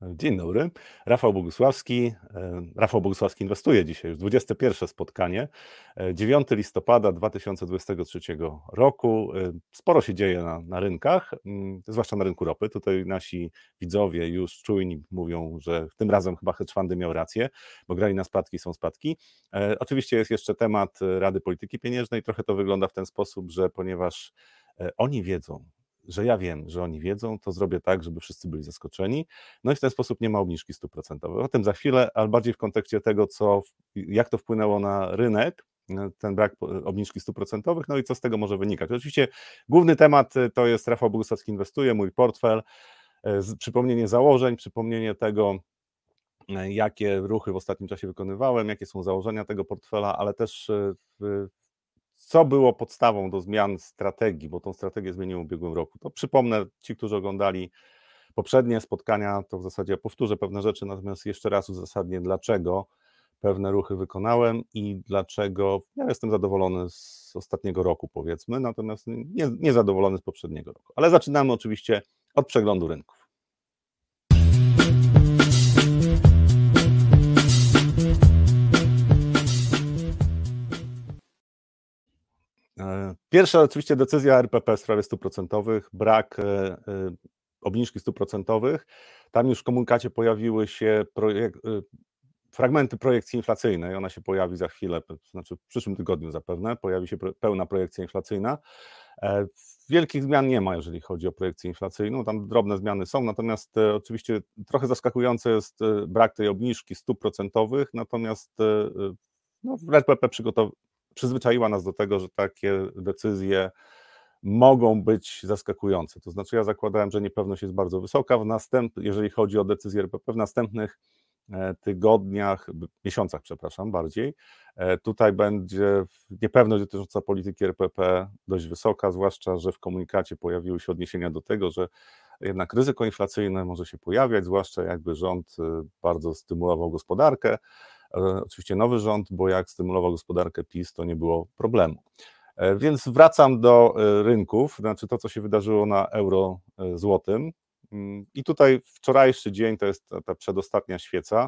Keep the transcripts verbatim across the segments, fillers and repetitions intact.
Dzień dobry, Rafał Bogusławski. E, Rafał Bogusławski inwestuje dzisiaj, już dwudzieste pierwsze spotkanie, e, dziewiątego listopada dwa tysiące dwudziestego trzeciego roku. E, Sporo się dzieje na, na rynkach, mm, zwłaszcza na rynku ropy. Tutaj nasi widzowie już czujni mówią, że tym razem chyba hedge fundy miał rację, bo grali na spadki, są spadki. E, Oczywiście jest jeszcze temat Rady Polityki Pieniężnej. Trochę to wygląda w ten sposób, że ponieważ e, oni wiedzą, że ja wiem, że oni wiedzą, to zrobię tak, żeby wszyscy byli zaskoczeni. No i w ten sposób nie ma obniżki stóp procentowych. O tym za chwilę, ale bardziej w kontekście tego, co, jak to wpłynęło na rynek, ten brak obniżki stóp procentowych, no i co z tego może wynikać. Oczywiście główny temat to jest Rafał Bogusławski inwestuje, mój portfel, przypomnienie założeń, przypomnienie tego, jakie ruchy w ostatnim czasie wykonywałem, jakie są założenia tego portfela, ale też co było podstawą do zmian strategii, bo tą strategię zmieniłem w ubiegłym roku. To przypomnę, ci, którzy oglądali poprzednie spotkania, to w zasadzie powtórzę pewne rzeczy, natomiast jeszcze raz uzasadnię, dlaczego pewne ruchy wykonałem i dlaczego ja jestem zadowolony z ostatniego roku, powiedzmy, natomiast nie, nie zadowolony z poprzedniego roku. Ale zaczynamy oczywiście od przeglądu rynków. Pierwsza oczywiście decyzja R P P w sprawie stóp procentowych, brak obniżki stóp procentowych. Tam już w komunikacie pojawiły się projek- fragmenty projekcji inflacyjnej, ona się pojawi za chwilę, to znaczy w przyszłym tygodniu zapewne, pojawi się pełna projekcja inflacyjna. Wielkich zmian nie ma, jeżeli chodzi o projekcję inflacyjną, tam drobne zmiany są, natomiast oczywiście trochę zaskakujące jest brak tej obniżki stóp procentowych, natomiast no, R P P przygotow- przyzwyczaiła nas do tego, że takie decyzje mogą być zaskakujące. To znaczy ja zakładałem, że niepewność jest bardzo wysoka, w następ, jeżeli chodzi o decyzję R P P, w następnych tygodniach, miesiącach, przepraszam, bardziej, tutaj będzie niepewność dotycząca polityki R P P dość wysoka, zwłaszcza, że w komunikacie pojawiły się odniesienia do tego, że jednak ryzyko inflacyjne może się pojawiać, zwłaszcza jakby rząd bardzo stymulował gospodarkę, oczywiście nowy rząd, bo jak stymulował gospodarkę PiS, to nie było problemu. Więc wracam do rynków, znaczy to, co się wydarzyło na euro złotym. I tutaj wczorajszy dzień to jest ta, ta przedostatnia świeca.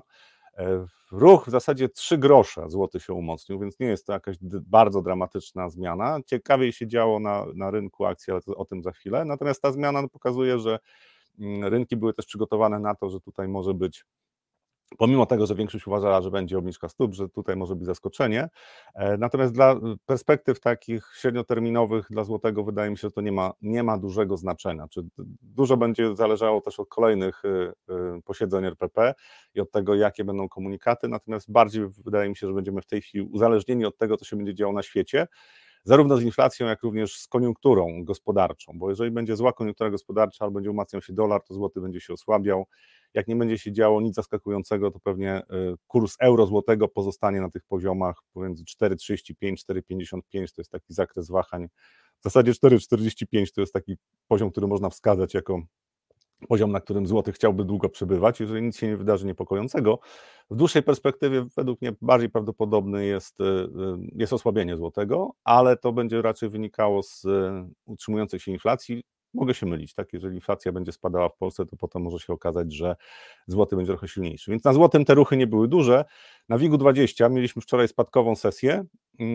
Ruch w zasadzie trzy grosze złoty się umocnił, więc nie jest to jakaś bardzo dramatyczna zmiana. Ciekawiej się działo na, na rynku akcji, ale to, o tym za chwilę. Natomiast ta zmiana pokazuje, że rynki były też przygotowane na to, że tutaj może być, pomimo tego, że większość uważała, że będzie obniżka stóp, że tutaj może być zaskoczenie. Natomiast dla perspektyw takich średnioterminowych dla złotego wydaje mi się, że to nie ma, nie ma dużego znaczenia. Czy dużo będzie zależało też od kolejnych posiedzeń R P P i od tego, jakie będą komunikaty, natomiast bardziej wydaje mi się, że będziemy w tej chwili uzależnieni od tego, co się będzie działo na świecie, zarówno z inflacją, jak również z koniunkturą gospodarczą, bo jeżeli będzie zła koniunktura gospodarcza albo będzie umacniał się dolar, to złoty będzie się osłabiał. Jak nie będzie się działo nic zaskakującego, to pewnie kurs euro złotego pozostanie na tych poziomach pomiędzy cztery trzydzieści pięć, cztery pięćdziesiąt pięć, to jest taki zakres wahań. W zasadzie cztery czterdzieści pięć to jest taki poziom, który można wskazać jako poziom, na którym złoty chciałby długo przebywać, jeżeli nic się nie wydarzy niepokojącego. W dłuższej perspektywie według mnie bardziej prawdopodobne jest, jest osłabienie złotego, ale to będzie raczej wynikało z utrzymującej się inflacji. Mogę się mylić, tak? Jeżeli inflacja będzie spadała w Polsce, to potem może się okazać, że złoty będzie trochę silniejszy. Więc na złotym te ruchy nie były duże. Na WIG-u dwadzieścia mieliśmy wczoraj spadkową sesję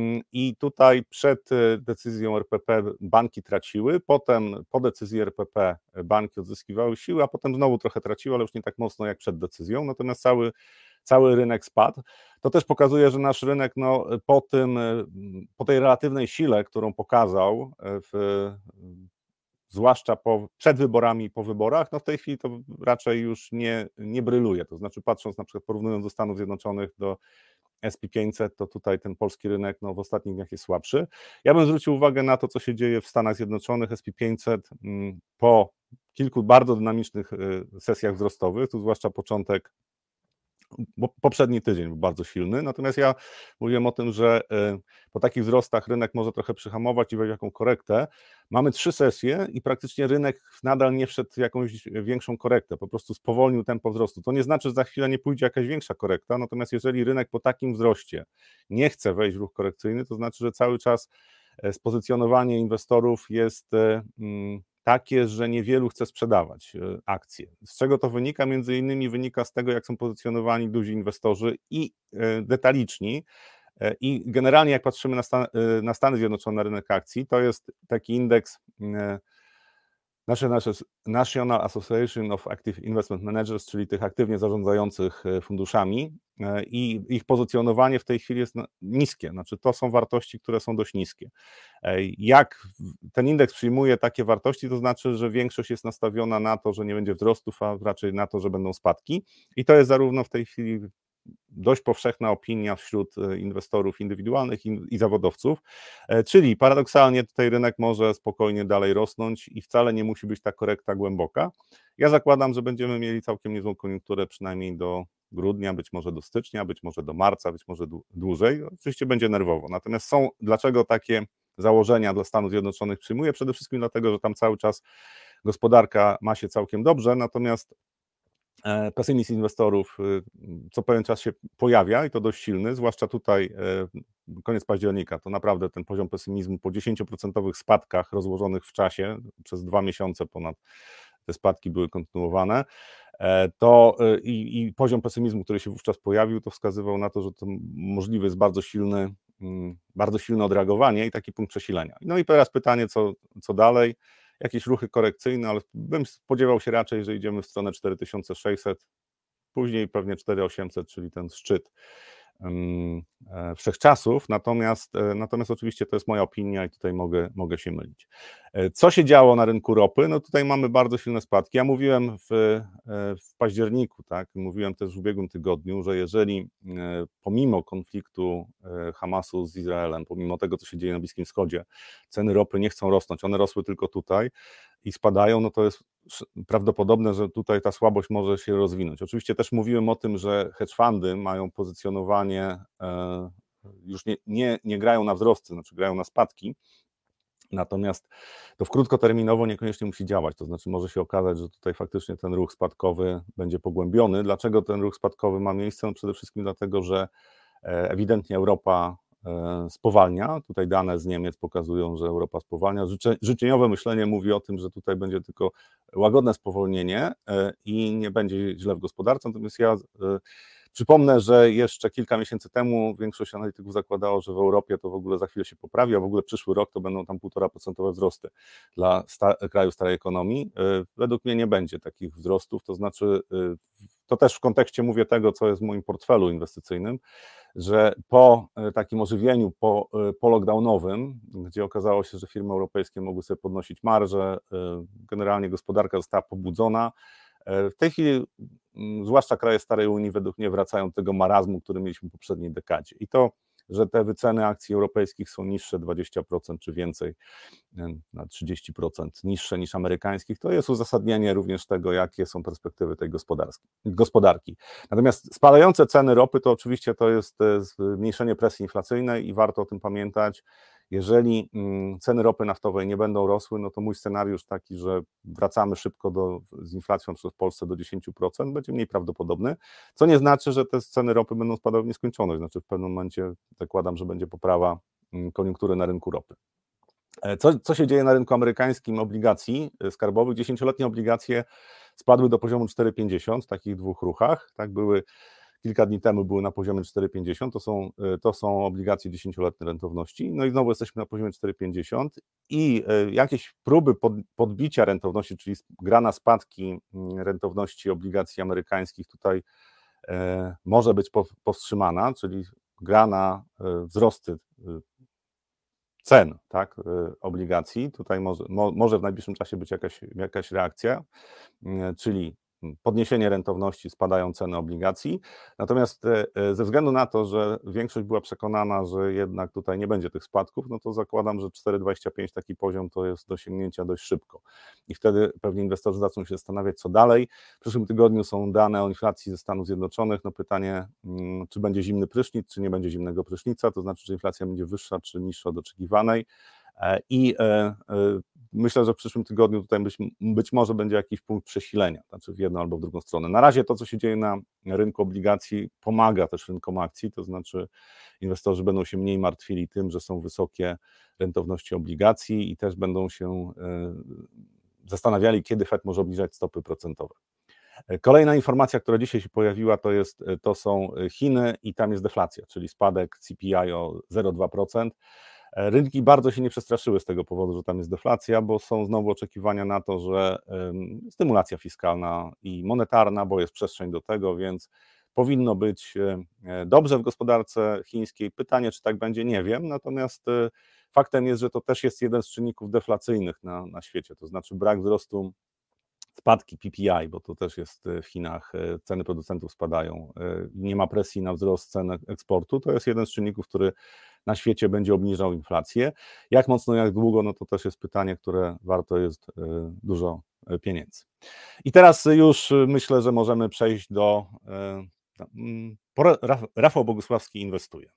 i tutaj przed decyzją R P P banki traciły, potem po decyzji R P P banki odzyskiwały siły, a potem znowu trochę traciły, ale już nie tak mocno jak przed decyzją, natomiast cały cały rynek spadł. To też pokazuje, że nasz rynek no, po tym, po tej relatywnej sile, którą pokazał w zwłaszcza po, przed wyborami i po wyborach, no w tej chwili to raczej już nie, nie bryluje. To znaczy patrząc na przykład porównując do Stanów Zjednoczonych, do S and P pięćset, to tutaj ten polski rynek no, w ostatnich dniach jest słabszy. Ja bym zwrócił uwagę na to, co się dzieje w Stanach Zjednoczonych. S and P pięćset po kilku bardzo dynamicznych sesjach wzrostowych, tu zwłaszcza początek, bo poprzedni tydzień był bardzo silny, natomiast ja mówiłem o tym, że po takich wzrostach rynek może trochę przyhamować i wejść w jaką korektę. Mamy trzy sesje i praktycznie rynek nadal nie wszedł w jakąś większą korektę, po prostu spowolnił tempo wzrostu. To nie znaczy, że za chwilę nie pójdzie jakaś większa korekta, natomiast jeżeli rynek po takim wzroście nie chce wejść w ruch korekcyjny, to znaczy, że cały czas spozycjonowanie inwestorów jest takie, że niewielu chce sprzedawać akcje. Z czego to wynika? Między innymi wynika z tego, jak są pozycjonowani duzi inwestorzy i detaliczni. I generalnie jak patrzymy na, Stan, na Stany Zjednoczone, na rynek akcji, to jest taki indeks National Association of Active Investment Managers, czyli tych aktywnie zarządzających funduszami, i ich pozycjonowanie w tej chwili jest niskie, znaczy to są wartości, które są dość niskie. Jak ten indeks przyjmuje takie wartości, to znaczy, że większość jest nastawiona na to, że nie będzie wzrostów, a raczej na to, że będą spadki, i to jest zarówno w tej chwili dość powszechna opinia wśród inwestorów indywidualnych i zawodowców, czyli paradoksalnie tutaj rynek może spokojnie dalej rosnąć i wcale nie musi być ta korekta głęboka. Ja zakładam, że będziemy mieli całkiem niezłą koniunkturę przynajmniej do grudnia, być może do stycznia, być może do marca, być może dłużej. Oczywiście będzie nerwowo. Natomiast są, dlaczego takie założenia dla Stanów Zjednoczonych przyjmuję? Przede wszystkim dlatego, że tam cały czas gospodarka ma się całkiem dobrze, natomiast pesymizm inwestorów co pewien czas się pojawia i to dość silny, zwłaszcza tutaj koniec października, to naprawdę ten poziom pesymizmu po dziesięcioprocentowych spadkach rozłożonych w czasie, przez dwa miesiące ponad te spadki były kontynuowane, to i, i poziom pesymizmu, który się wówczas pojawił, to wskazywał na to, że to możliwy jest bardzo silny, bardzo silne odreagowanie i taki punkt przesilenia. No i teraz pytanie, co, co dalej? Jakieś ruchy korekcyjne, ale bym spodziewał się raczej, że idziemy w stronę cztery tysiące sześćset, później pewnie cztery tysiące osiemset, czyli ten szczyt um, wszechczasów, natomiast, natomiast oczywiście to jest moja opinia i tutaj mogę, mogę się mylić. Co się działo na rynku ropy? No tutaj mamy bardzo silne spadki. Ja mówiłem w, w październiku, tak, mówiłem też w ubiegłym tygodniu, że jeżeli pomimo konfliktu Hamasu z Izraelem, pomimo tego, co się dzieje na Bliskim Wschodzie, ceny ropy nie chcą rosnąć, one rosły tylko tutaj i spadają, no to jest prawdopodobne, że tutaj ta słabość może się rozwinąć. Oczywiście też mówiłem o tym, że hedge fundy mają pozycjonowanie, już nie, nie, nie grają na wzrosty, znaczy grają na spadki, natomiast to w krótkoterminowo niekoniecznie musi działać, to znaczy może się okazać, że tutaj faktycznie ten ruch spadkowy będzie pogłębiony. Dlaczego ten ruch spadkowy ma miejsce? No przede wszystkim dlatego, że ewidentnie Europa spowalnia, tutaj dane z Niemiec pokazują, że Europa spowalnia, życzeniowe myślenie mówi o tym, że tutaj będzie tylko łagodne spowolnienie i nie będzie źle w gospodarce, natomiast ja przypomnę, że jeszcze kilka miesięcy temu większość analityków zakładało, że w Europie to w ogóle za chwilę się poprawi, a w ogóle przyszły rok to będą tam półtora procentowe wzrosty dla sta- kraju starej ekonomii. Według mnie nie będzie takich wzrostów, to znaczy to też w kontekście mówię tego, co jest w moim portfelu inwestycyjnym, że po takim ożywieniu, po, po lockdownowym, gdzie okazało się, że firmy europejskie mogły sobie podnosić marże, generalnie gospodarka została pobudzona, w tej chwili zwłaszcza kraje starej Unii według mnie wracają do tego marazmu, który mieliśmy w poprzedniej dekadzie i to, że te wyceny akcji europejskich są niższe dwadzieścia procent czy więcej, na trzydzieści procent niższe niż amerykańskich, to jest uzasadnienie również tego, jakie są perspektywy tej gospodarki. Natomiast spadające ceny ropy to oczywiście to jest zmniejszenie presji inflacyjnej i warto o tym pamiętać. Jeżeli ceny ropy naftowej nie będą rosły, no to mój scenariusz taki, że wracamy szybko do, z inflacją w Polsce do dziesięć procent, będzie mniej prawdopodobny, co nie znaczy, że te ceny ropy będą spadały w nieskończoność, znaczy w pewnym momencie zakładam, że będzie poprawa koniunktury na rynku ropy. Co, co się dzieje na rynku amerykańskim obligacji skarbowych? Dziesięcioletnie obligacje spadły do poziomu cztery pięćdziesiąt w takich dwóch ruchach, tak, były kilka dni temu były na poziomie cztery pięćdziesiąt, to są, to są obligacje dziesięcioletniej rentowności, no i znowu jesteśmy na poziomie cztery pięćdziesiąt i jakieś próby pod, podbicia rentowności, czyli gra na spadki rentowności obligacji amerykańskich tutaj e, może być powstrzymana, czyli gra na wzrosty cen, tak, obligacji, tutaj może, mo, może w najbliższym czasie być jakaś, jakaś reakcja, czyli podniesienie rentowności, spadają ceny obligacji, natomiast ze względu na to, że większość była przekonana, że jednak tutaj nie będzie tych spadków, no to zakładam, że cztery dwadzieścia pięć taki poziom to jest do osiągnięcia dość szybko i wtedy pewnie inwestorzy zaczną się zastanawiać, co dalej. W przyszłym tygodniu są dane o inflacji ze Stanów Zjednoczonych, no pytanie, czy będzie zimny prysznic, czy nie będzie zimnego prysznica, to znaczy, czy inflacja będzie wyższa, czy niższa od oczekiwanej. I myślę, że w przyszłym tygodniu tutaj być, być może będzie jakiś punkt przesilenia, znaczy w jedną albo w drugą stronę. Na razie to, co się dzieje na rynku obligacji, pomaga też rynkom akcji, to znaczy inwestorzy będą się mniej martwili tym, że są wysokie rentowności obligacji i też będą się zastanawiali, kiedy Fed może obniżać stopy procentowe. Kolejna informacja, która dzisiaj się pojawiła, to, jest, to są Chiny i tam jest deflacja, czyli spadek C P I o zero przecinek dwa procent. Rynki bardzo się nie przestraszyły z tego powodu, że tam jest deflacja, bo są znowu oczekiwania na to, że stymulacja fiskalna i monetarna, bo jest przestrzeń do tego, więc powinno być dobrze w gospodarce chińskiej. Pytanie, czy tak będzie, nie wiem, natomiast faktem jest, że to też jest jeden z czynników deflacyjnych na, na świecie, to znaczy brak wzrostu, spadki P P I, bo to też jest w Chinach, ceny producentów spadają, nie ma presji na wzrost cen eksportu, to jest jeden z czynników, który na świecie będzie obniżał inflację. Jak mocno, jak długo, no to też jest pytanie, które warto jest dużo pieniędzy. I teraz już myślę, że możemy przejść do... Rafał Bogusławski inwestuje.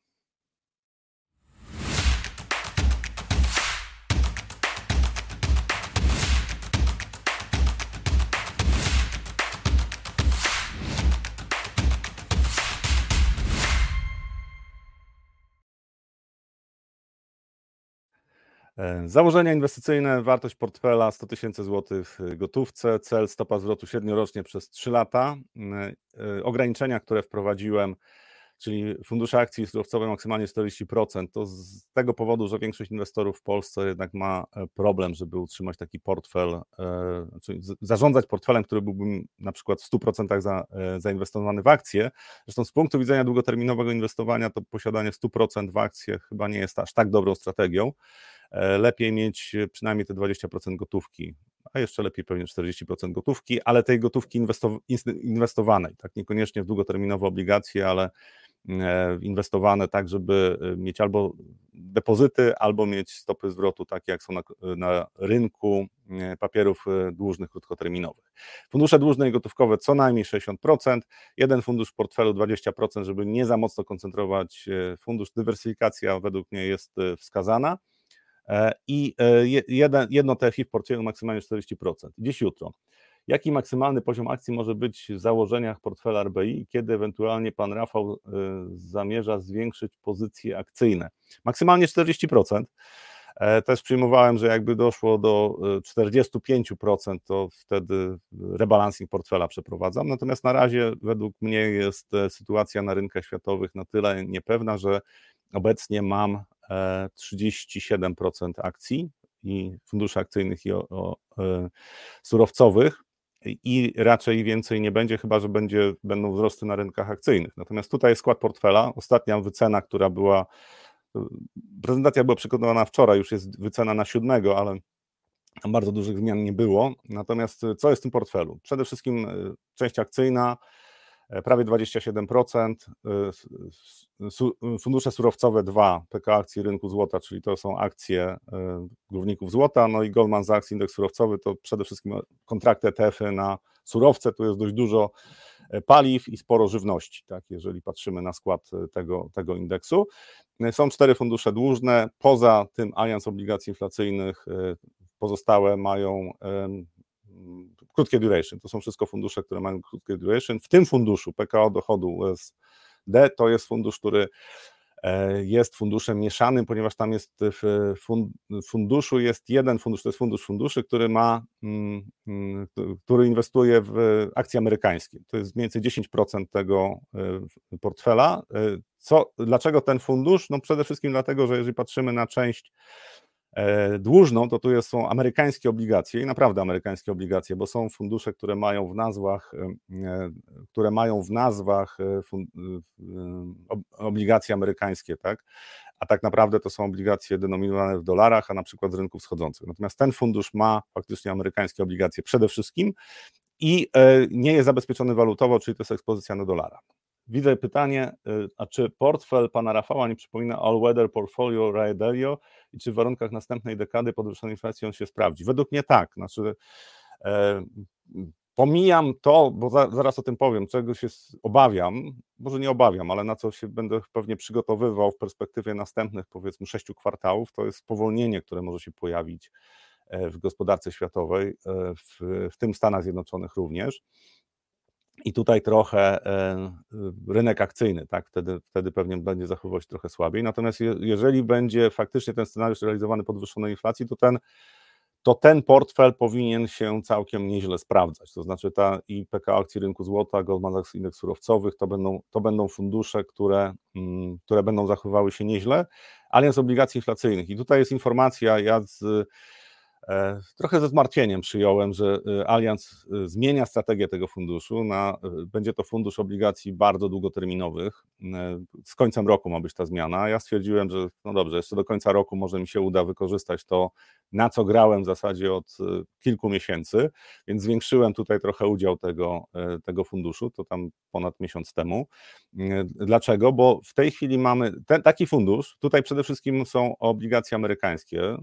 Założenia inwestycyjne, wartość portfela sto tysięcy złotych w gotówce, cel stopa zwrotu średniorocznie przez trzy lata. Ograniczenia, które wprowadziłem, czyli fundusze akcji surowcowe maksymalnie czterdzieści procent, to z tego powodu, że większość inwestorów w Polsce jednak ma problem, żeby utrzymać taki portfel, czyli zarządzać portfelem, który byłby na przykład w stu procentach za, zainwestowany w akcje. Zresztą z punktu widzenia długoterminowego inwestowania to posiadanie stu procent w akcje chyba nie jest aż tak dobrą strategią. Lepiej mieć przynajmniej te dwadzieścia procent gotówki, a jeszcze lepiej pewnie czterdzieści procent gotówki, ale tej gotówki inwestowanej, tak, niekoniecznie w długoterminowe obligacje, ale inwestowane tak, żeby mieć albo depozyty, albo mieć stopy zwrotu takie, jak są na, na rynku papierów dłużnych, krótkoterminowych. Fundusze dłużne i gotówkowe co najmniej sześćdziesiąt procent, jeden fundusz w portfelu dwadzieścia procent, żeby nie za mocno koncentrować fundusz. Dywersyfikacja według mnie jest wskazana. I jeden, jedno T F I w portfelu maksymalnie czterdzieści procent. Dziś jutro. Jaki maksymalny poziom akcji może być w założeniach portfela R B I i kiedy ewentualnie pan Rafał zamierza zwiększyć pozycje akcyjne? Maksymalnie czterdzieści procent. Też przyjmowałem, że jakby doszło do czterdzieści pięć procent, to wtedy rebalancing portfela przeprowadzam. Natomiast na razie według mnie jest sytuacja na rynkach światowych na tyle niepewna, że obecnie mam trzydzieści siedem procent akcji i funduszy akcyjnych i o, o, e, surowcowych i raczej więcej nie będzie, chyba że będzie, będą wzrosty na rynkach akcyjnych. Natomiast tutaj jest skład portfela. Ostatnia wycena, która była, prezentacja była przygotowana wczoraj, już jest wycena na siódmego, ale tam bardzo dużych zmian nie było. Natomiast co jest w tym portfelu? Przede wszystkim część akcyjna, prawie dwadzieścia siedem procent, fundusze surowcowe dwa, P K akcji rynku złota, czyli to są akcje górników złota, no i Goldman Sachs indeks surowcowy to przede wszystkim kontrakty E T F-y na surowce, tu jest dość dużo paliw i sporo żywności, tak, jeżeli patrzymy na skład tego, tego indeksu. Są cztery fundusze dłużne, poza tym alians obligacji inflacyjnych pozostałe mają krótkie duration, to są wszystko fundusze, które mają krótkie duration. W tym funduszu P K O dochodu U S D to jest fundusz, który jest funduszem mieszanym, ponieważ tam jest w funduszu jest jeden fundusz, to jest fundusz funduszy, który ma, który inwestuje w akcje amerykańskie. To jest mniej więcej dziesięć procent tego portfela. Co, dlaczego ten fundusz? No przede wszystkim dlatego, że jeżeli patrzymy na część dłużną, to tu jest, są amerykańskie obligacje i naprawdę amerykańskie obligacje, bo są fundusze, które mają w nazwach, które mają w nazwach obligacje amerykańskie, tak? A tak naprawdę to są obligacje denominowane w dolarach, a na przykład z rynków wschodzących. Natomiast ten fundusz ma faktycznie amerykańskie obligacje przede wszystkim i nie jest zabezpieczony walutowo, czyli to jest ekspozycja na dolara. Widzę pytanie, a czy portfel pana Rafała nie przypomina all-weather portfolio Ray Dalio i czy w warunkach następnej dekady podwyższonej inflacji on się sprawdzi? Według mnie tak, znaczy e, pomijam to, bo za, zaraz o tym powiem, czego się obawiam, może nie obawiam, ale na co się będę pewnie przygotowywał w perspektywie następnych powiedzmy sześciu kwartałów, to jest spowolnienie, które może się pojawić w gospodarce światowej, w, w tym Stanach Zjednoczonych również. I tutaj trochę rynek akcyjny, tak, wtedy, wtedy pewnie będzie zachowywał się trochę słabiej. Natomiast je, jeżeli będzie faktycznie ten scenariusz realizowany podwyższonej inflacji, to ten to ten portfel powinien się całkiem nieźle sprawdzać. To znaczy ta i P K O Akcji Rynku Złota, Goldman Sachs Indeks Surowcowych to będą, to będą fundusze, które, które będą zachowywały się nieźle. Alians Obligacji Inflacyjnych. I tutaj jest informacja, ja z, e, trochę ze zmartwieniem przyjąłem, że Allianz zmienia strategię tego funduszu. Na, będzie to fundusz obligacji bardzo długoterminowych. Z końcem roku ma być ta zmiana. Ja stwierdziłem, że no dobrze, jeszcze do końca roku może mi się uda wykorzystać to, na co grałem w zasadzie od kilku miesięcy, więc zwiększyłem tutaj trochę udział tego, tego funduszu, to tam ponad miesiąc temu. Dlaczego? Bo w tej chwili mamy ten, taki fundusz, tutaj przede wszystkim są obligacje amerykańskie,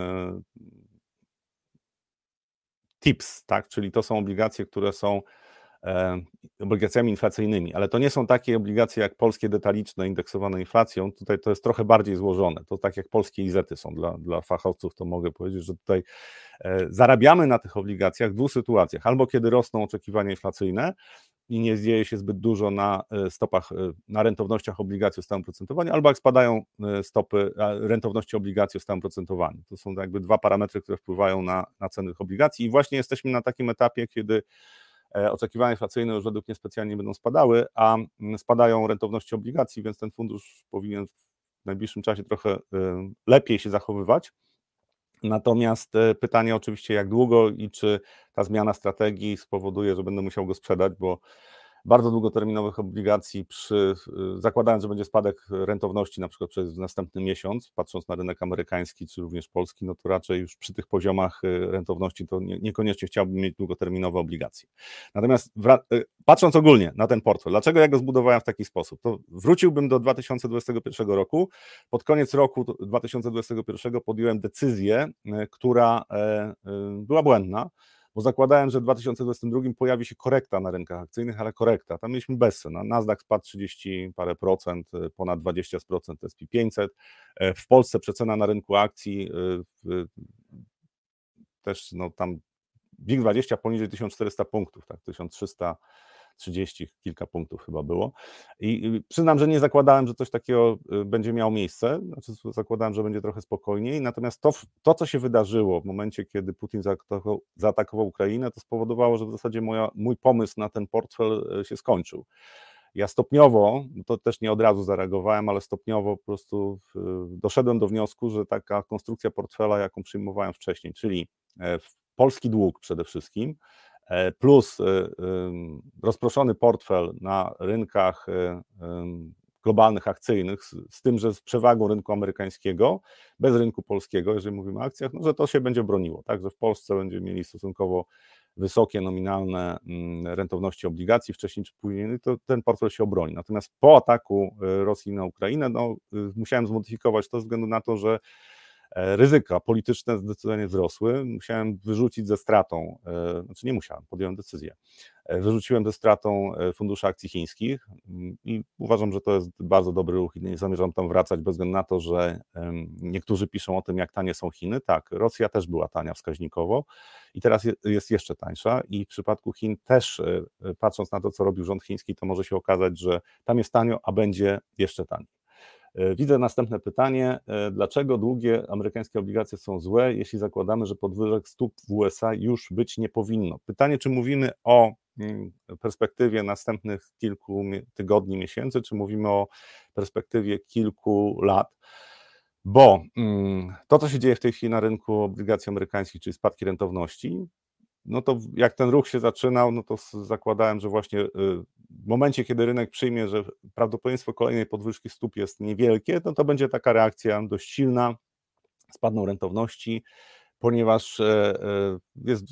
T I P S, tak, czyli to są obligacje, które są e, obligacjami inflacyjnymi, ale to nie są takie obligacje jak polskie detaliczne, indeksowane inflacją, tutaj to jest trochę bardziej złożone, to tak jak polskie I Z-y są dla, dla fachowców, to mogę powiedzieć, że tutaj e, zarabiamy na tych obligacjach w dwóch sytuacjach, albo kiedy rosną oczekiwania inflacyjne i nie dzieje się zbyt dużo na stopach, na rentownościach obligacji o stałym procentowaniu, albo jak spadają stopy rentowności obligacji o stałym procentowaniu. To są jakby dwa parametry, które wpływają na, na ceny tych obligacji i właśnie jesteśmy na takim etapie, kiedy oczekiwania inflacyjne już według mnie specjalnie będą spadały, a spadają rentowności obligacji, więc ten fundusz powinien w najbliższym czasie trochę lepiej się zachowywać. Natomiast pytanie oczywiście, jak długo i czy ta zmiana strategii spowoduje, że będę musiał go sprzedać, bo bardzo długoterminowych obligacji, przy, zakładając, że będzie spadek rentowności na przykład przez następny miesiąc, patrząc na rynek amerykański czy również polski, no to raczej już przy tych poziomach rentowności to nie, niekoniecznie chciałbym mieć długoterminowe obligacje. Natomiast patrząc ogólnie na ten portfel, dlaczego ja go zbudowałem w taki sposób, to wróciłbym do dwa tysiące dwudziestego pierwszego roku. Pod koniec roku dwa tysiące dwudziestego pierwszego podjąłem decyzję, która była błędna, bo zakładałem, że w dwa tysiące dwudziestym drugim pojawi się korekta na rynkach akcyjnych, ale korekta, tam mieliśmy bezsen. Nasdaq spadł trzydzieści parę procent, ponad dwadzieścia procent S P pięćset. W Polsce przecena na rynku akcji też no tam WIG dwadzieścia poniżej tysiąc czterysta punktów, tak, tysiąc trzysta trzydzieści kilka punktów chyba było. I przyznam, że nie zakładałem, że coś takiego będzie miało miejsce, znaczy zakładałem, że będzie trochę spokojniej, natomiast to, to co się wydarzyło w momencie, kiedy Putin zaatakował, zaatakował Ukrainę, to spowodowało, że w zasadzie moja, mój pomysł na ten portfel się skończył. Ja stopniowo, to też nie od razu zareagowałem, ale stopniowo po prostu doszedłem do wniosku, że taka konstrukcja portfela, jaką przyjmowałem wcześniej, czyli polski dług przede wszystkim, plus rozproszony portfel na rynkach globalnych akcyjnych, z tym, że z przewagą rynku amerykańskiego, bez rynku polskiego, jeżeli mówimy o akcjach, no, że to się będzie broniło, tak, że w Polsce będziemy mieli stosunkowo wysokie nominalne rentowności obligacji wcześniej czy później, to ten portfel się obroni. Natomiast po ataku Rosji na Ukrainę, no, musiałem zmodyfikować to ze względu na to, że ryzyka polityczne zdecydowanie wzrosły. Musiałem wyrzucić ze stratą, znaczy nie musiałem, podjąłem decyzję. Wyrzuciłem ze stratą fundusze akcji chińskich i uważam, że to jest bardzo dobry ruch i nie zamierzam tam wracać bez względu na to, że niektórzy piszą o tym, jak tanie są Chiny. Tak, Rosja też była tania wskaźnikowo i teraz jest jeszcze tańsza i w przypadku Chin też, patrząc na to, co robił rząd chiński, to może się okazać, że tam jest tanio, a będzie jeszcze taniej. Widzę następne pytanie. Dlaczego długie amerykańskie obligacje są złe, jeśli zakładamy, że podwyżek stóp w U S A już być nie powinno? Pytanie, czy mówimy o perspektywie następnych kilku tygodni, miesięcy, czy mówimy o perspektywie kilku lat? Bo to, co się dzieje w tej chwili na rynku obligacji amerykańskich, czyli spadki rentowności, no to jak ten ruch się zaczynał, no to zakładałem, że właśnie w momencie, kiedy rynek przyjmie, że prawdopodobieństwo kolejnej podwyżki stóp jest niewielkie, no to będzie taka reakcja dość silna, spadną rentowności, ponieważ jest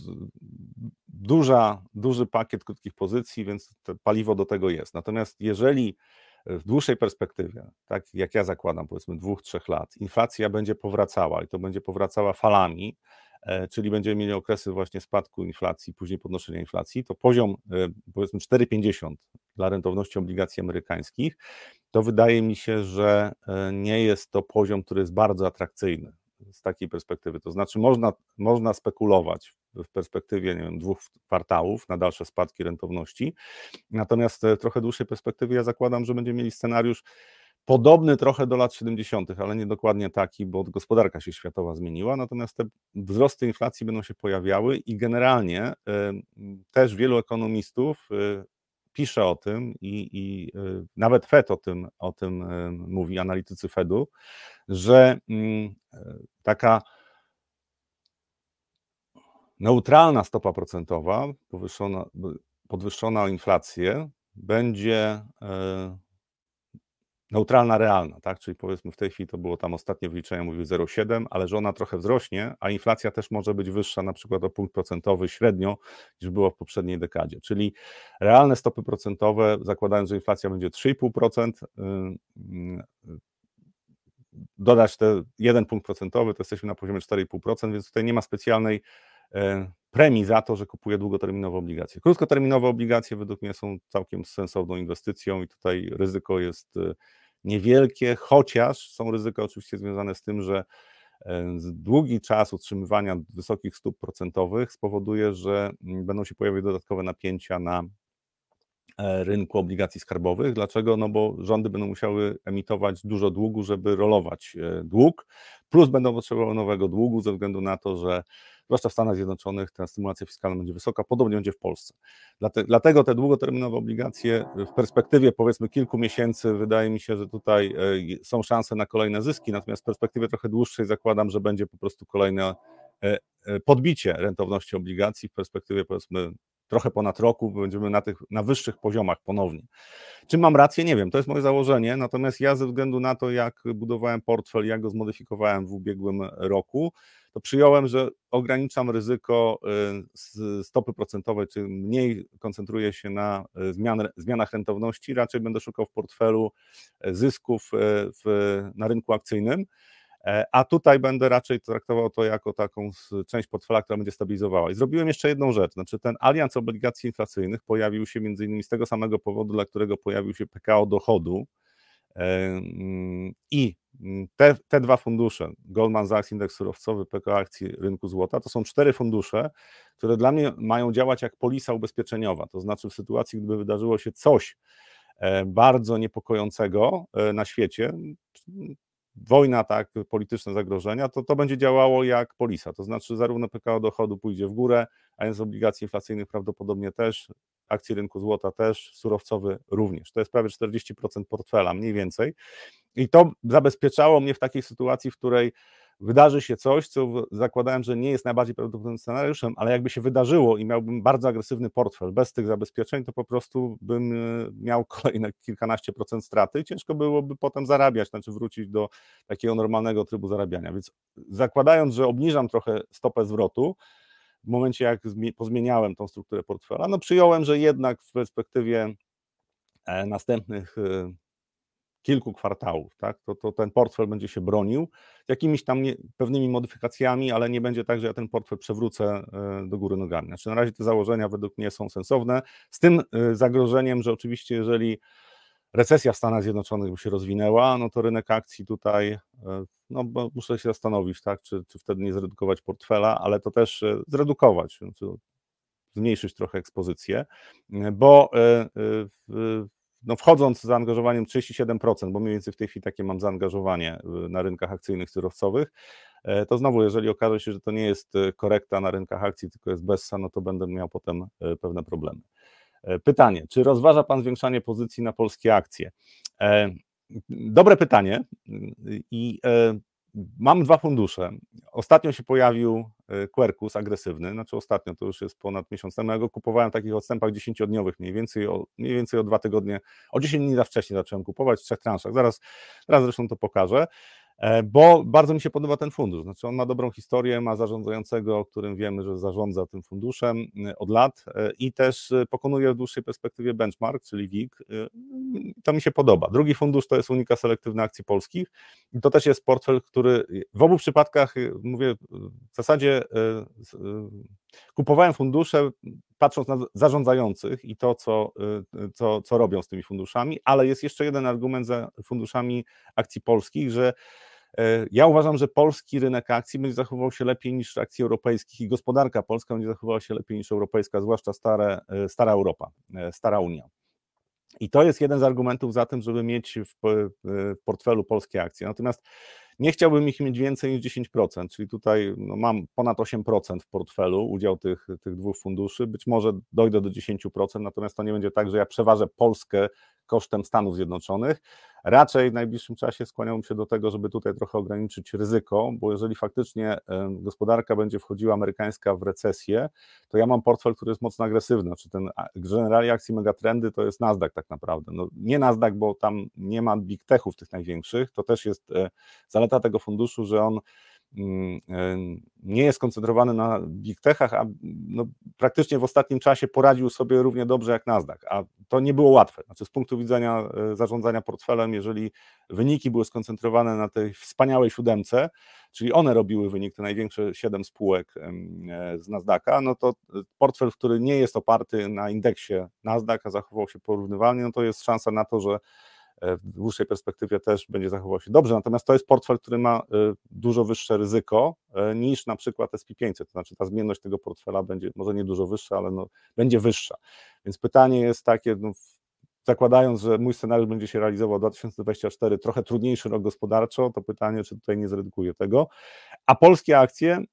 duża, duży pakiet krótkich pozycji, więc to paliwo do tego jest. Natomiast jeżeli w dłuższej perspektywie, tak jak ja zakładam, powiedzmy dwóch, trzech lat, inflacja będzie powracała i to będzie powracała falami, czyli będziemy mieli okresy właśnie spadku inflacji, później podnoszenia inflacji, to poziom powiedzmy cztery pięćdziesiąt dla rentowności obligacji amerykańskich, to wydaje mi się, że nie jest to poziom, który jest bardzo atrakcyjny z takiej perspektywy. To znaczy można, można spekulować w perspektywie, nie wiem, dwóch kwartałów na dalsze spadki rentowności, natomiast w trochę dłuższej perspektywie ja zakładam, że będziemy mieli scenariusz podobny trochę do lat siedemdziesiątych, ale nie dokładnie taki, bo gospodarka się światowa zmieniła, natomiast te wzrosty inflacji będą się pojawiały i generalnie y, też wielu ekonomistów y, pisze o tym i, i y, nawet Fed o tym, o tym y, mówi, analitycy Fedu, że y, taka neutralna stopa procentowa, podwyższona, podwyższona o inflację, będzie y, neutralna realna, tak? Czyli powiedzmy w tej chwili to było tam ostatnie wyliczenia, mówiły zero przecinek siedem, ale że ona trochę wzrośnie, a inflacja też może być wyższa na przykład o punkt procentowy średnio niż było w poprzedniej dekadzie. Czyli realne stopy procentowe, zakładając, że inflacja będzie trzy i pół procent, dodać te jeden punkt procentowy, to jesteśmy na poziomie cztery i pół procent, więc tutaj nie ma specjalnej premii za to, że kupuję długoterminowe obligacje. Krótkoterminowe obligacje według mnie są całkiem sensowną inwestycją i tutaj ryzyko jest niewielkie, chociaż są ryzyka oczywiście związane z tym, że długi czas utrzymywania wysokich stóp procentowych spowoduje, że będą się pojawiać dodatkowe napięcia na rynku obligacji skarbowych. Dlaczego? No bo rządy będą musiały emitować dużo długu, żeby rolować dług, plus będą potrzebowały nowego długu ze względu na to, że zwłaszcza w Stanach Zjednoczonych ta stymulacja fiskalna będzie wysoka, podobnie będzie w Polsce. Dlatego te długoterminowe obligacje w perspektywie powiedzmy kilku miesięcy wydaje mi się, że tutaj są szanse na kolejne zyski, natomiast w perspektywie trochę dłuższej zakładam, że będzie po prostu kolejne podbicie rentowności obligacji w perspektywie powiedzmy trochę ponad roku, będziemy na tych, na wyższych poziomach ponownie. Czy mam rację? Nie wiem, to jest moje założenie, natomiast ja ze względu na to, jak budowałem portfel, jak go zmodyfikowałem w ubiegłym roku, to przyjąłem, że ograniczam ryzyko stopy procentowej, czy mniej koncentruję się na zmian, zmianach rentowności, raczej będę szukał w portfelu zysków w, na rynku akcyjnym, a tutaj będę raczej traktował to jako taką część portfela, która będzie stabilizowała. I zrobiłem jeszcze jedną rzecz, znaczy ten alians obligacji inflacyjnych pojawił się między innymi z tego samego powodu, dla którego pojawił się P K O dochodu i te, te dwa fundusze, Goldman Sachs indeks surowcowy, P K O akcji rynku złota, to są cztery fundusze, które dla mnie mają działać jak polisa ubezpieczeniowa, to znaczy w sytuacji, gdyby wydarzyło się coś bardzo niepokojącego na świecie, wojna, tak, polityczne zagrożenia, to to będzie działało jak polisa, to znaczy zarówno P K O dochodu pójdzie w górę, a więc obligacji inflacyjnych prawdopodobnie też, akcji rynku złota też, surowcowy również. To jest prawie czterdzieści procent portfela, mniej więcej. I to zabezpieczało mnie w takiej sytuacji, w której wydarzy się coś, co zakładałem, że nie jest najbardziej prawdopodobnym scenariuszem, ale jakby się wydarzyło i miałbym bardzo agresywny portfel bez tych zabezpieczeń, to po prostu bym miał kolejne kilkanaście procent straty i ciężko byłoby potem zarabiać, znaczy wrócić do takiego normalnego trybu zarabiania. Więc zakładając, że obniżam trochę stopę zwrotu, w momencie jak pozmieniałem tą strukturę portfela, no przyjąłem, że jednak w perspektywie następnych kilku kwartałów, tak, to, to ten portfel będzie się bronił z jakimiś tam nie, pewnymi modyfikacjami, ale nie będzie tak, że ja ten portfel przewrócę do góry nogami. Znaczy na razie te założenia według mnie są sensowne, z tym zagrożeniem, że oczywiście jeżeli recesja w Stanach Zjednoczonych by się rozwinęła, no to rynek akcji tutaj, no bo muszę się zastanowić, tak, czy, czy wtedy nie zredukować portfela, ale to też zredukować, znaczy zmniejszyć trochę ekspozycję, bo no wchodząc z zaangażowaniem trzydzieści siedem procent, bo mniej więcej w tej chwili takie mam zaangażowanie na rynkach akcyjnych, surowcowych, to znowu, jeżeli okaże się, że to nie jest korekta na rynkach akcji, tylko jest bessa, no to będę miał potem pewne problemy. Pytanie, czy rozważa Pan zwiększanie pozycji na polskie akcje? Dobre pytanie i mam dwa fundusze. Ostatnio się pojawił Quercus agresywny, znaczy ostatnio, to już jest ponad miesiąc temu, ja go kupowałem w takich odstępach dziesięciodniowych mniej więcej, o, mniej więcej o dwa tygodnie, o dziesięć dni za wcześnie zacząłem kupować w trzech transzach, zaraz, zaraz zresztą to pokażę, bo bardzo mi się podoba ten fundusz, znaczy on ma dobrą historię, ma zarządzającego, o którym wiemy, że zarządza tym funduszem od lat i też pokonuje w dłuższej perspektywie benchmark, czyli W I G, to mi się podoba. Drugi fundusz to jest Unika Selektywne Akcji Polskich i to też jest portfel, który w obu przypadkach, mówię, w zasadzie kupowałem fundusze patrząc na zarządzających i to, co, co, co robią z tymi funduszami, ale jest jeszcze jeden argument za funduszami akcji polskich, że ja uważam, że polski rynek akcji będzie zachowywał się lepiej niż akcji europejskich i gospodarka polska będzie zachowywała się lepiej niż europejska, zwłaszcza stare, stara Europa, stara Unia. I to jest jeden z argumentów za tym, żeby mieć w, w portfelu polskie akcje. Natomiast nie chciałbym ich mieć więcej niż dziesięć procent, czyli tutaj no, mam ponad osiem procent w portfelu, udział tych, tych dwóch funduszy. Być może dojdę do dziesięć procent, natomiast to nie będzie tak, że ja przeważę Polskę kosztem Stanów Zjednoczonych. Raczej w najbliższym czasie skłaniałbym się do tego, żeby tutaj trochę ograniczyć ryzyko, bo jeżeli faktycznie gospodarka będzie wchodziła amerykańska w recesję, to ja mam portfel, który jest mocno agresywny. Znaczy ten generalnie akcji megatrendy to jest Nasdaq tak naprawdę. No, nie Nasdaq, bo tam nie ma big techów tych największych, to też jest zaleta tego funduszu, że on nie jest skoncentrowany na big techach, a no, praktycznie w ostatnim czasie poradził sobie równie dobrze jak Nasdaq, a to nie było łatwe. Znaczy z punktu widzenia zarządzania portfelem, jeżeli wyniki były skoncentrowane na tej wspaniałej siódemce, czyli one robiły wynik, te największe siedem spółek z Nasdaqa, no to portfel, który nie jest oparty na indeksie Nasdaq, a zachował się porównywalnie, no to jest szansa na to, że w dłuższej perspektywie też będzie zachował się dobrze, natomiast to jest portfel, który ma dużo wyższe ryzyko niż na przykład S and P pięćset, to znaczy ta zmienność tego portfela będzie może nie dużo wyższa, ale no, będzie wyższa, więc pytanie jest takie, no, zakładając, że mój scenariusz będzie się realizował dwa tysiące dwudziesty czwarty, trochę trudniejszy rok gospodarczo, to pytanie, czy tutaj nie zredukuję tego, a polskie akcje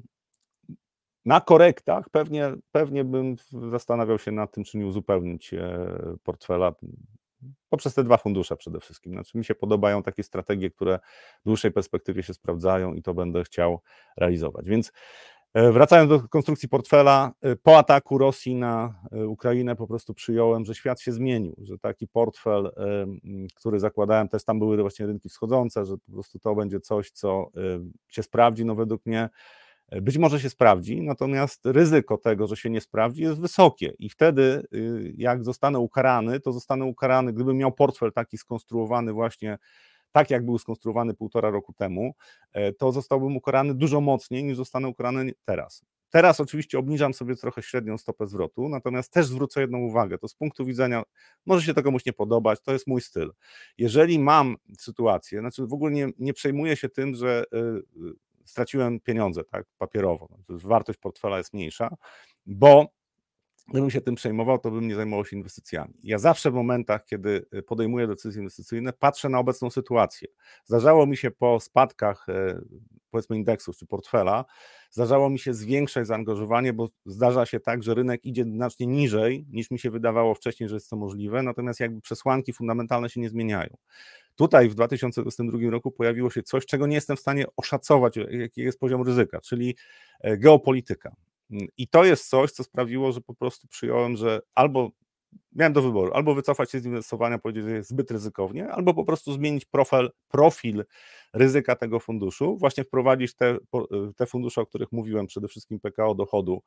na korektach pewnie, pewnie bym zastanawiał się nad tym, czy nie uzupełnić portfela poprzez te dwa fundusze przede wszystkim. Znaczy mi się podobają takie strategie, które w dłuższej perspektywie się sprawdzają i to będę chciał realizować. Więc wracając do konstrukcji portfela, po ataku Rosji na Ukrainę po prostu przyjąłem, że świat się zmienił, że taki portfel, który zakładałem, też tam były właśnie rynki wschodzące, że po prostu to będzie coś, co się sprawdzi, no według mnie być może się sprawdzi, natomiast ryzyko tego, że się nie sprawdzi, jest wysokie i wtedy jak zostanę ukarany, to zostanę ukarany, gdybym miał portfel taki skonstruowany właśnie tak, jak był skonstruowany półtora roku temu, to zostałbym ukarany dużo mocniej niż zostanę ukarany teraz. Teraz oczywiście obniżam sobie trochę średnią stopę zwrotu, natomiast też zwrócę jedną uwagę, to z punktu widzenia, może się to komuś nie podobać, to jest mój styl. Jeżeli mam sytuację, znaczy w ogóle nie, nie przejmuję się tym, że straciłem pieniądze, tak, papierowo, wartość portfela jest mniejsza, bo gdybym się tym przejmował, to bym nie zajmował się inwestycjami. Ja zawsze w momentach, kiedy podejmuję decyzje inwestycyjne, patrzę na obecną sytuację. Zdarzało mi się po spadkach, powiedzmy, indeksów czy portfela, zdarzało mi się zwiększać zaangażowanie, bo zdarza się tak, że rynek idzie znacznie niżej, niż mi się wydawało wcześniej, że jest to możliwe, natomiast jakby przesłanki fundamentalne się nie zmieniają. Tutaj w dwa tysiące dwudziestym drugim roku pojawiło się coś, czego nie jestem w stanie oszacować, jaki jest poziom ryzyka, czyli geopolityka. I to jest coś, co sprawiło, że po prostu przyjąłem, że albo miałem do wyboru, albo wycofać się z inwestowania, powiedzieć, że jest zbyt ryzykownie, albo po prostu zmienić profil, profil ryzyka tego funduszu, właśnie wprowadzić te, te fundusze, o których mówiłem, przede wszystkim P K O dochodu,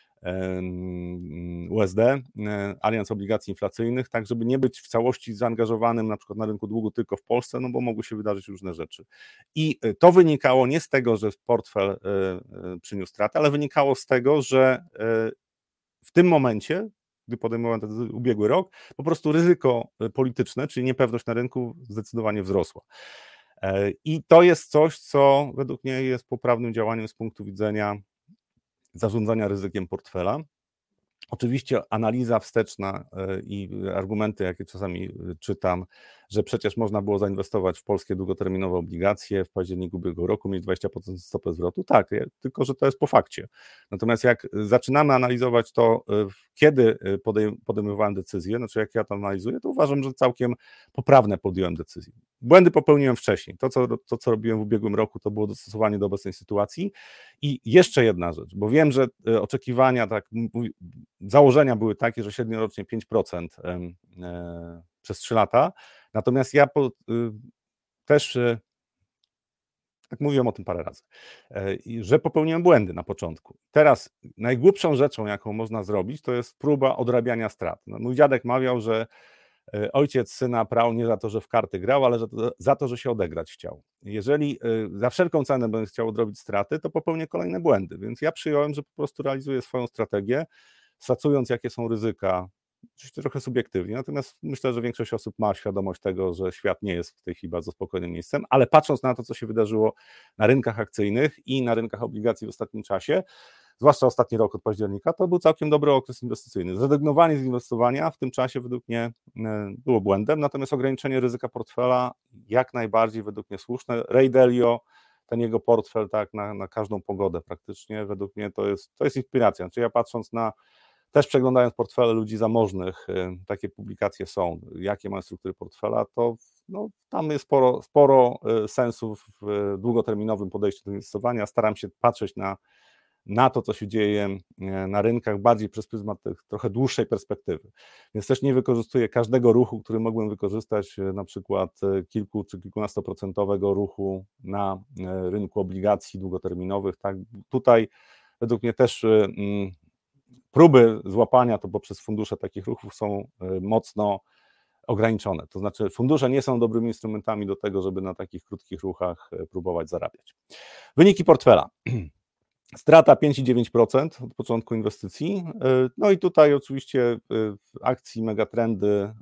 U S D, alians obligacji inflacyjnych, tak żeby nie być w całości zaangażowanym na przykład na rynku długu tylko w Polsce, no bo mogły się wydarzyć różne rzeczy. I to wynikało nie z tego, że portfel przyniósł stratę, ale wynikało z tego, że w tym momencie, gdy podejmowałem ten ubiegły rok, po prostu ryzyko polityczne, czyli niepewność na rynku zdecydowanie wzrosła. I to jest coś, co według mnie jest poprawnym działaniem z punktu widzenia zarządzania ryzykiem portfela. Oczywiście analiza wsteczna i argumenty, jakie czasami czytam, że przecież można było zainwestować w polskie długoterminowe obligacje w październiku ubiegłego roku, mieć dwadzieścia procent stopę zwrotu. Tak, tylko że to jest po fakcie. Natomiast jak zaczynamy analizować to, kiedy podejmowałem decyzję, znaczy jak ja to analizuję, to uważam, że całkiem poprawne podjąłem decyzje. Błędy popełniłem wcześniej. To co, to, co robiłem w ubiegłym roku, to było dostosowanie do obecnej sytuacji. I jeszcze jedna rzecz, bo wiem, że oczekiwania, tak, założenia były takie, że średniorocznie pięć procent przez trzy lata, natomiast ja po, też, tak mówiłem o tym parę razy, że popełniłem błędy na początku. Teraz najgłupszą rzeczą, jaką można zrobić, to jest próba odrabiania strat. No, mój dziadek mawiał, że ojciec syna prał nie za to, że w karty grał, ale za to, że się odegrać chciał. Jeżeli za wszelką cenę będę chciał odrobić straty, to popełnię kolejne błędy, więc ja przyjąłem, że po prostu realizuję swoją strategię, szacując, jakie są ryzyka, oczywiście trochę subiektywnie, natomiast myślę, że większość osób ma świadomość tego, że świat nie jest w tej chwili bardzo spokojnym miejscem, ale patrząc na to, co się wydarzyło na rynkach akcyjnych i na rynkach obligacji w ostatnim czasie, zwłaszcza ostatni rok od października, to był całkiem dobry okres inwestycyjny. Zrezygnowanie z inwestowania w tym czasie według mnie było błędem, natomiast ograniczenie ryzyka portfela jak najbardziej według mnie słuszne. Ray Dalio, ten jego portfel tak na, na każdą pogodę praktycznie, według mnie to jest, to jest inspiracja. Znaczy ja patrząc na, też przeglądając portfele ludzi zamożnych, takie publikacje są, jakie mają struktury portfela, to no, tam jest sporo, sporo sensów w długoterminowym podejściu do inwestowania. Staram się patrzeć na, na to, co się dzieje na rynkach bardziej przez pryzmat trochę dłuższej perspektywy. Więc też nie wykorzystuję każdego ruchu, który mogłem wykorzystać, na przykład kilku czy kilkunastoprocentowego ruchu na rynku obligacji długoterminowych. Tak, tutaj według mnie też mm, próby złapania to poprzez fundusze takich ruchów są mocno ograniczone. To znaczy fundusze nie są dobrymi instrumentami do tego, żeby na takich krótkich ruchach próbować zarabiać. Wyniki portfela. Strata pięć przecinek dziewięć procent od początku inwestycji. No i tutaj oczywiście w akcji megatrendy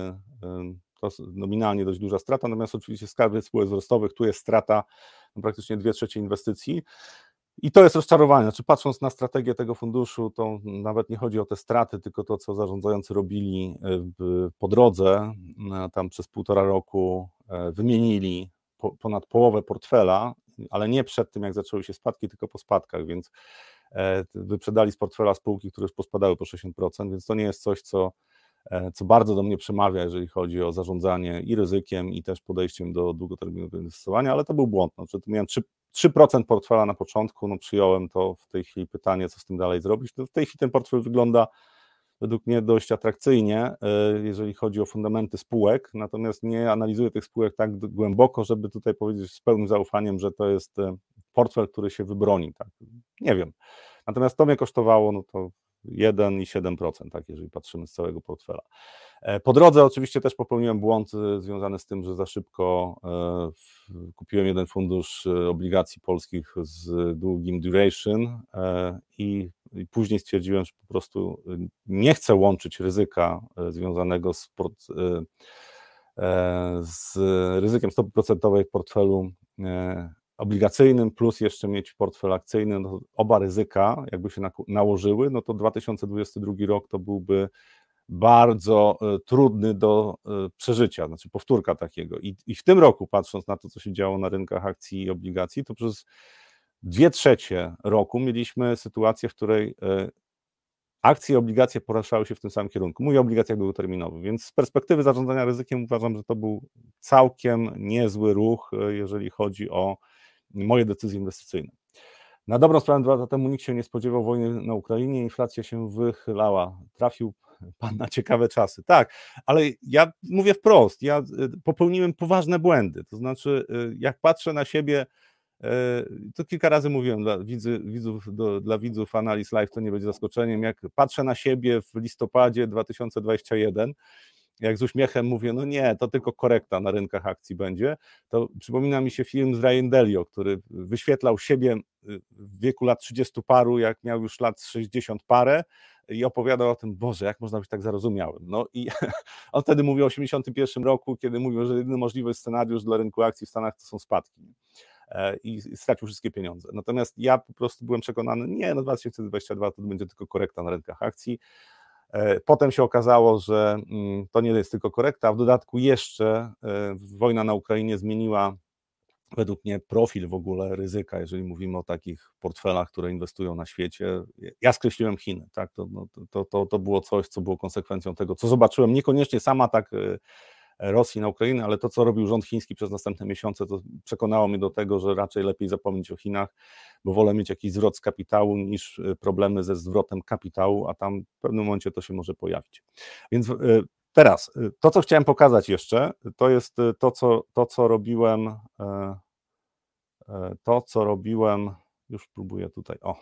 to nominalnie dość duża strata, natomiast oczywiście skarby spółek wzrostowych, tu jest strata no praktycznie dwie trzecie inwestycji. I to jest rozczarowanie. Znaczy, patrząc na strategię tego funduszu, to nawet nie chodzi o te straty, tylko to, co zarządzający robili po drodze. Tam przez półtora roku wymienili ponad połowę portfela, ale nie przed tym, jak zaczęły się spadki, tylko po spadkach, więc wyprzedali z portfela spółki, które już pospadały po sześćdziesiąt procent, więc to nie jest coś, co, co bardzo do mnie przemawia, jeżeli chodzi o zarządzanie i ryzykiem, i też podejściem do długoterminowego inwestowania, ale to był błąd. No, czyli miałem trzy procent portfela na początku, no przyjąłem to, w tej chwili pytanie, co z tym dalej zrobić. No w tej chwili ten portfel wygląda według mnie dość atrakcyjnie, jeżeli chodzi o fundamenty spółek, natomiast nie analizuję tych spółek tak głęboko, żeby tutaj powiedzieć z pełnym zaufaniem, że to jest portfel, który się wybroni. Tak? Nie wiem. Natomiast to mnie kosztowało no to jeden przecinek siedem procent, tak, jeżeli patrzymy z całego portfela. Po drodze oczywiście też popełniłem błąd związany z tym, że za szybko kupiłem jeden fundusz obligacji polskich z długim duration i i później stwierdziłem, że po prostu nie chcę łączyć ryzyka związanego z, port, z ryzykiem stopy procentowej w portfelu obligacyjnym, plus jeszcze mieć portfel akcyjny. No, oba ryzyka jakby się nałożyły, no to dwa tysiące dwudziesty drugi rok to byłby bardzo trudny do przeżycia, znaczy powtórka takiego. I, i w tym roku, patrząc na to, co się działo na rynkach akcji i obligacji, to przez dwie trzecie roku mieliśmy sytuację, w której akcje i obligacje poruszały się w tym samym kierunku. Mówię o obligacjach długoterminowych, więc z perspektywy zarządzania ryzykiem uważam, że to był całkiem niezły ruch, jeżeli chodzi o moje decyzje inwestycyjne. Na dobrą sprawę dwa lata temu nikt się nie spodziewał wojny na Ukrainie, inflacja się wychylała. Trafił pan na ciekawe czasy. Tak, ale ja mówię wprost, ja popełniłem poważne błędy. To znaczy, jak patrzę na siebie, to kilka razy mówiłem dla widzów, do, dla widzów Analiz Live, to nie będzie zaskoczeniem, jak patrzę na siebie w listopadzie dwa tysiące dwudziestym pierwszym, jak z uśmiechem mówię, no nie, to tylko korekta na rynkach akcji będzie, to przypomina mi się film z Rayem Dalio, który wyświetlał siebie w wieku lat trzydziestu paru, jak miał już lat sześćdziesiąt parę i opowiadał o tym, Boże, jak można być tak zarozumiałym. No i on wtedy mówił o osiemdziesiątym pierwszym roku, kiedy mówił, że jedyny możliwy scenariusz dla rynku akcji w Stanach to są spadki. I stracił wszystkie pieniądze. Natomiast ja po prostu byłem przekonany, nie, no dwa tysiące dwudziesty drugi to będzie tylko korekta na rynkach akcji. Potem się okazało, że to nie jest tylko korekta, a w dodatku jeszcze wojna na Ukrainie zmieniła według mnie profil w ogóle ryzyka, jeżeli mówimy o takich portfelach, które inwestują na świecie. Ja skreśliłem Chiny, tak? To, no, to, to, to było coś, co było konsekwencją tego, co zobaczyłem, niekoniecznie sam atak Rosji na Ukrainę, ale to, co robił rząd chiński przez następne miesiące, to przekonało mnie do tego, że raczej lepiej zapomnieć o Chinach, bo wolę mieć jakiś zwrot z kapitału niż problemy ze zwrotem kapitału, a tam w pewnym momencie to się może pojawić. Więc teraz, to, co chciałem pokazać jeszcze, to jest to, co, to, co robiłem, to, co robiłem, już próbuję tutaj, o,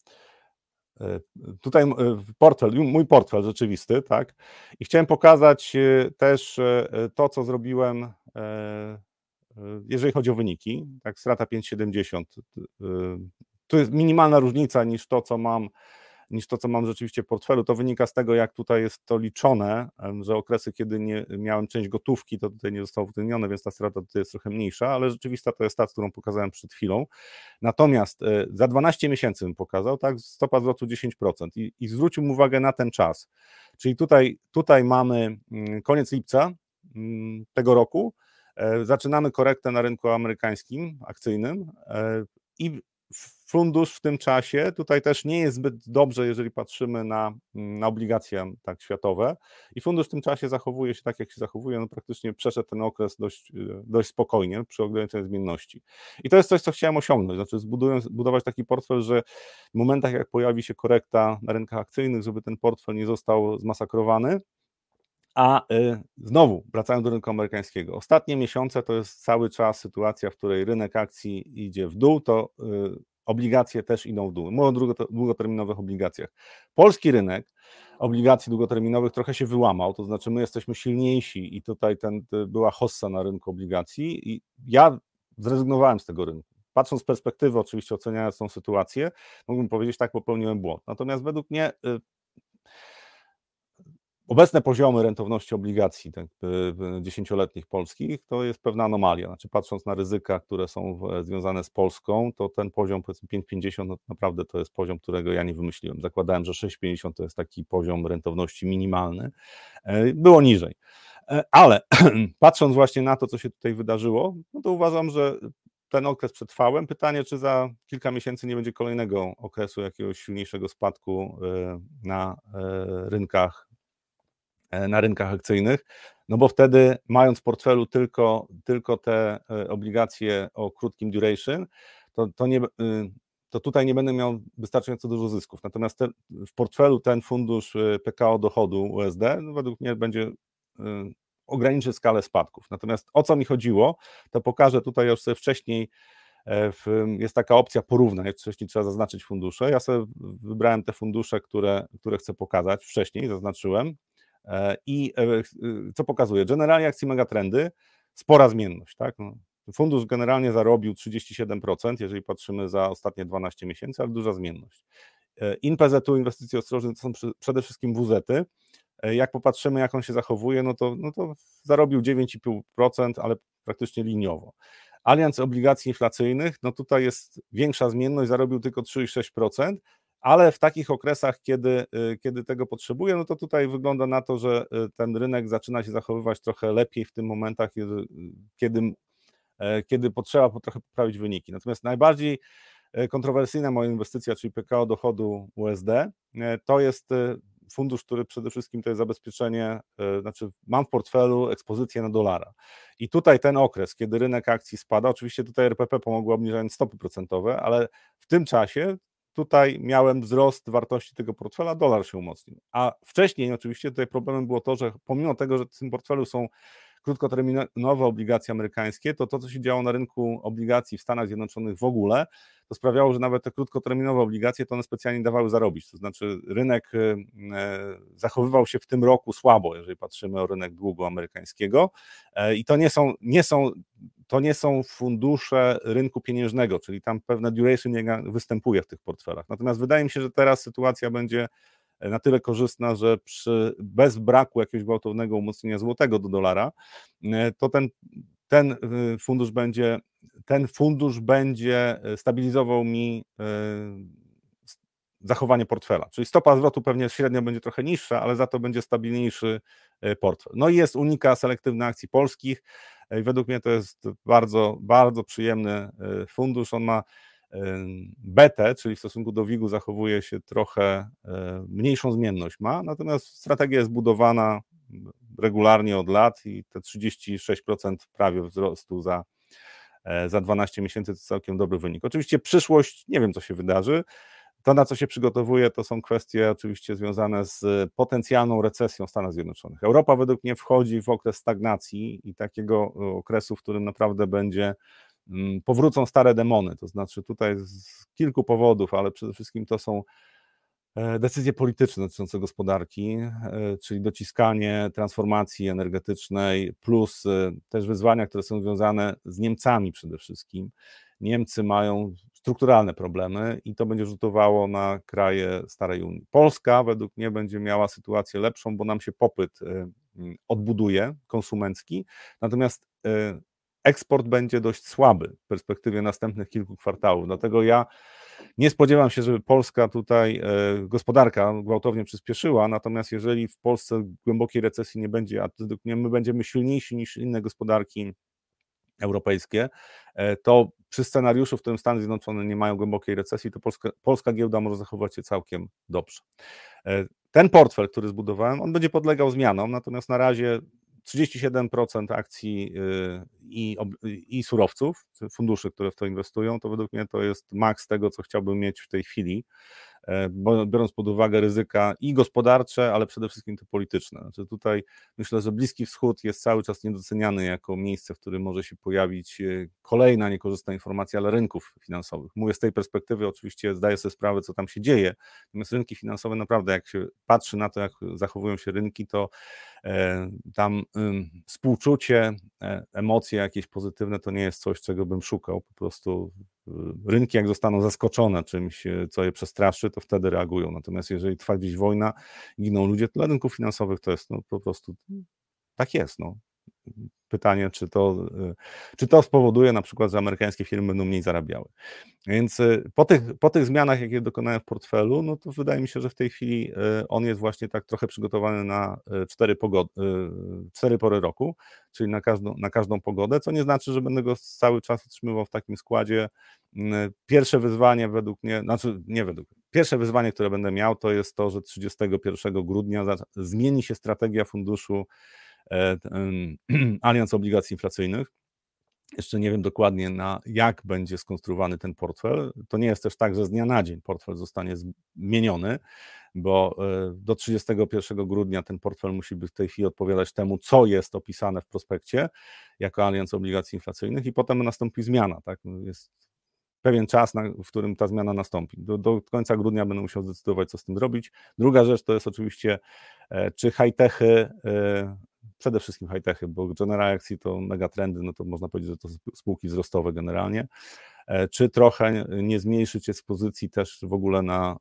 tutaj portfel, mój portfel rzeczywisty, tak, i chciałem pokazać też to, co zrobiłem, jeżeli chodzi o wyniki, tak, strata pięć przecinek siedemdziesiąt, tu jest minimalna różnica niż to, co mam niż to, co mam rzeczywiście w portfelu. To wynika z tego, jak tutaj jest to liczone, że okresy, kiedy nie miałem część gotówki, to tutaj nie zostało uwzględnione, więc ta strata tutaj jest trochę mniejsza, ale rzeczywista to jest ta, którą pokazałem przed chwilą. Natomiast za dwanaście miesięcy bym pokazał, tak, stopa zwrotu dziesięć procent i, i zwróciłbym uwagę na ten czas. Czyli tutaj, tutaj mamy koniec lipca tego roku, zaczynamy korektę na rynku amerykańskim, akcyjnym i fundusz w tym czasie, tutaj też nie jest zbyt dobrze, jeżeli patrzymy na, na obligacje tak światowe i fundusz w tym czasie zachowuje się tak, jak się zachowuje, no praktycznie przeszedł ten okres dość, dość spokojnie przy ograniczonej zmienności. I to jest coś, co chciałem osiągnąć, znaczy zbudując, budować taki portfel, że w momentach, jak pojawi się korekta na rynkach akcyjnych, żeby ten portfel nie został zmasakrowany. A y, znowu, wracając do rynku amerykańskiego, ostatnie miesiące to jest cały czas sytuacja, w której rynek akcji idzie w dół, to y, obligacje też idą w dół. Mówię o długoterminowych obligacjach. Polski rynek obligacji długoterminowych trochę się wyłamał, to znaczy my jesteśmy silniejsi i tutaj ten, była hossa na rynku obligacji i ja zrezygnowałem z tego rynku. Patrząc z perspektywy, oczywiście oceniając tą sytuację, mógłbym powiedzieć, tak, popełniłem błąd. Natomiast według mnie y, obecne poziomy rentowności obligacji tak, dziesięcioletnich polskich to jest pewna anomalia. Znaczy, patrząc na ryzyka, które są w, związane z Polską, to ten poziom powiedzmy pięć pięćdziesiąt no, naprawdę to jest poziom, którego ja nie wymyśliłem. Zakładałem, że sześć pięćdziesiąt to jest taki poziom rentowności minimalny. Było niżej. Ale patrząc właśnie na to, co się tutaj wydarzyło, no to uważam, że ten okres przetrwałem. Pytanie, czy za kilka miesięcy nie będzie kolejnego okresu jakiegoś silniejszego spadku na rynkach na rynkach akcyjnych, no bo wtedy mając w portfelu tylko, tylko te obligacje o krótkim duration, to, to, nie, to tutaj nie będę miał wystarczająco dużo zysków. Natomiast te, w portfelu ten fundusz P K O dochodu U S D no według mnie będzie ograniczy skalę spadków. Natomiast o co mi chodziło, to pokażę tutaj już sobie wcześniej. Jest taka opcja porównań, wcześniej trzeba zaznaczyć fundusze. Ja sobie wybrałem te fundusze, które, które chcę pokazać, wcześniej zaznaczyłem. I co pokazuje? Generalnie akcje megatrendy, spora zmienność. Tak? No, fundusz generalnie zarobił trzydzieści siedem procent, jeżeli patrzymy za ostatnie dwanaście miesięcy, ale duża zmienność. In P Z U, inwestycje ostrożne, to są przede wszystkim W Z-y. Jak popatrzymy, jak on się zachowuje, no to, no to zarobił dziewięć i pół procent, ale praktycznie liniowo. Alianc obligacji inflacyjnych, no tutaj jest większa zmienność, zarobił tylko trzy i sześć procent, ale w takich okresach, kiedy, kiedy tego potrzebuje, no to tutaj wygląda na to, że ten rynek zaczyna się zachowywać trochę lepiej w tym momentach, kiedy, kiedy potrzeba trochę poprawić wyniki. Natomiast najbardziej kontrowersyjna moja inwestycja, czyli P K O dochodu U S D, to jest fundusz, który przede wszystkim to jest zabezpieczenie, znaczy mam w portfelu ekspozycję na dolara. I tutaj ten okres, kiedy rynek akcji spada, oczywiście tutaj R P P pomogło obniżając stopy procentowe, ale w tym czasie tutaj miałem wzrost wartości tego portfela, dolar się umocnił. A wcześniej oczywiście tutaj problemem było to, że pomimo tego, że w tym portfelu są krótkoterminowe obligacje amerykańskie, to to, co się działo na rynku obligacji w Stanach Zjednoczonych w ogóle, to sprawiało, że nawet te krótkoterminowe obligacje to one specjalnie dawały zarobić. To znaczy rynek zachowywał się w tym roku słabo, jeżeli patrzymy o rynek długu amerykańskiego i to nie są, nie są to nie są fundusze rynku pieniężnego, czyli tam pewne duration nie występuje w tych portfelach. Natomiast wydaje mi się, że teraz sytuacja będzie na tyle korzystna, że przy, bez braku jakiegoś gwałtownego umocnienia złotego do dolara, to ten, ten fundusz będzie, ten fundusz będzie stabilizował mi zachowanie portfela. Czyli stopa zwrotu pewnie średnio będzie trochę niższa, ale za to będzie stabilniejszy portfel. No i jest Unika selektywna akcji polskich. I według mnie to jest bardzo, bardzo przyjemny fundusz. On ma betę, czyli w stosunku do WIG-u zachowuje się trochę mniejszą zmienność ma, natomiast strategia jest budowana regularnie od lat i te trzydzieści sześć procent prawie wzrostu za, za dwanaście miesięcy to całkiem dobry wynik. Oczywiście przyszłość, nie wiem co się wydarzy. To, na co się przygotowuje, to są kwestie oczywiście związane z potencjalną recesją w Stanach Zjednoczonych. Europa według mnie wchodzi w okres stagnacji i takiego okresu, w którym naprawdę będzie, powrócą stare demony, to znaczy tutaj z kilku powodów, ale przede wszystkim to są decyzje polityczne dotyczące gospodarki, czyli dociskanie transformacji energetycznej, plus też wyzwania, które są związane z Niemcami przede wszystkim. Niemcy mają strukturalne problemy i to będzie rzutowało na kraje starej Unii. Polska według mnie będzie miała sytuację lepszą, bo nam się popyt odbuduje, konsumencki, natomiast eksport będzie dość słaby w perspektywie następnych kilku kwartałów, dlatego ja nie spodziewam się, żeby Polska tutaj, gospodarka gwałtownie przyspieszyła, natomiast jeżeli w Polsce głębokiej recesji nie będzie, a według mnie my będziemy silniejsi niż inne gospodarki europejskie, to przy scenariuszu, w którym Stany Zjednoczone nie mają głębokiej recesji, to polska, polska giełda może zachować się całkiem dobrze. Ten portfel, który zbudowałem, on będzie podlegał zmianom, natomiast na razie trzydzieści siedem procent akcji i, i surowców, funduszy, które w to inwestują, to według mnie to jest maks tego, co chciałbym mieć w tej chwili, biorąc pod uwagę ryzyka i gospodarcze, ale przede wszystkim to polityczne. Znaczy tutaj myślę, że Bliski Wschód jest cały czas niedoceniany jako miejsce, w którym może się pojawić kolejna niekorzystna informacja dla rynków finansowych. Mówię z tej perspektywy, oczywiście zdaję sobie sprawę, co tam się dzieje, natomiast rynki finansowe naprawdę, jak się patrzy na to, jak zachowują się rynki, to tam współczucie, emocje jakieś pozytywne to nie jest coś, czego bym szukał, po prostu rynki jak zostaną zaskoczone czymś, co je przestraszy, to wtedy reagują, natomiast jeżeli trwa gdzieś wojna, giną ludzie, to dla rynków finansowych to jest no, po prostu tak jest. No. Pytanie, czy to, czy to spowoduje na przykład, że amerykańskie firmy będą mniej zarabiały. Więc po tych, po tych zmianach, jakie dokonałem w portfelu, no to wydaje mi się, że w tej chwili on jest właśnie tak trochę przygotowany na cztery, pogody, cztery pory roku, czyli na każdą, na każdą pogodę, co nie znaczy, że będę go cały czas utrzymywał w takim składzie. Pierwsze wyzwanie według mnie, znaczy nie według mnie, pierwsze wyzwanie, które będę miał, to jest to, że trzydziestego pierwszego grudnia zmieni się strategia funduszu Allianz Obligacji Inflacyjnych. Jeszcze nie wiem dokładnie, na jak będzie skonstruowany ten portfel. To nie jest też tak, że z dnia na dzień portfel zostanie zmieniony, bo do trzydziestego pierwszego grudnia ten portfel musi być w tej chwili odpowiadać temu, co jest opisane w prospekcie jako Allianz Obligacji Inflacyjnych i potem nastąpi zmiana. Tak? Jest pewien czas, na, w którym ta zmiana nastąpi. Do, do końca grudnia będę musiał zdecydować, co z tym zrobić. Druga rzecz to jest oczywiście, czy high-techy, przede wszystkim high-techy, bo General Electric to megatrendy, no to można powiedzieć, że to spółki wzrostowe generalnie, czy trochę nie zmniejszyć ekspozycji też w ogóle na,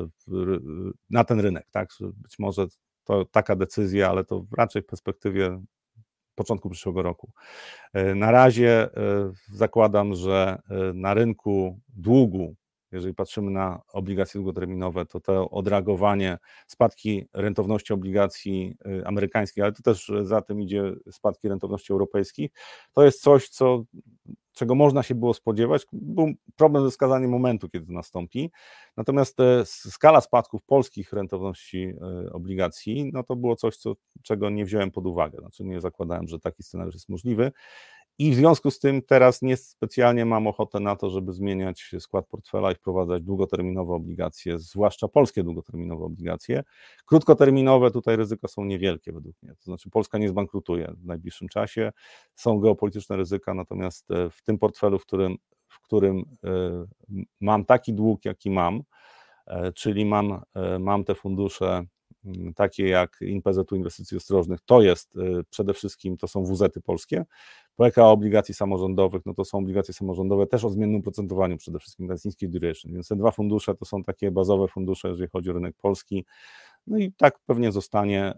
na ten rynek, tak? Być może to taka decyzja, ale to raczej w perspektywie początku przyszłego roku. Na razie zakładam, że na rynku długu, jeżeli patrzymy na obligacje długoterminowe, to to odreagowanie, spadki rentowności obligacji amerykańskich, ale to też za tym idzie spadki rentowności europejskich, to jest coś, co, czego można się było spodziewać. Był problem ze wskazaniem momentu, kiedy to nastąpi. Natomiast skala spadków polskich rentowności obligacji, no to było coś, co, czego nie wziąłem pod uwagę. Znaczy nie zakładałem, że taki scenariusz jest możliwy. I w związku z tym teraz niespecjalnie mam ochotę na to, żeby zmieniać skład portfela i wprowadzać długoterminowe obligacje, zwłaszcza polskie długoterminowe obligacje. Krótkoterminowe tutaj ryzyka są niewielkie według mnie, to znaczy Polska nie zbankrutuje w najbliższym czasie, są geopolityczne ryzyka, natomiast w tym portfelu, w którym, w którym mam taki dług, jaki mam, czyli mam, mam te fundusze takie jak in pe zet u Inwestycji Ostrożnych, to jest przede wszystkim, to są wu zety polskie, P K O obligacji samorządowych, no to są obligacje samorządowe też o zmiennym procentowaniu przede wszystkim, to jest niski duration, więc te dwa fundusze to są takie bazowe fundusze, jeżeli chodzi o rynek polski, no i tak pewnie zostanie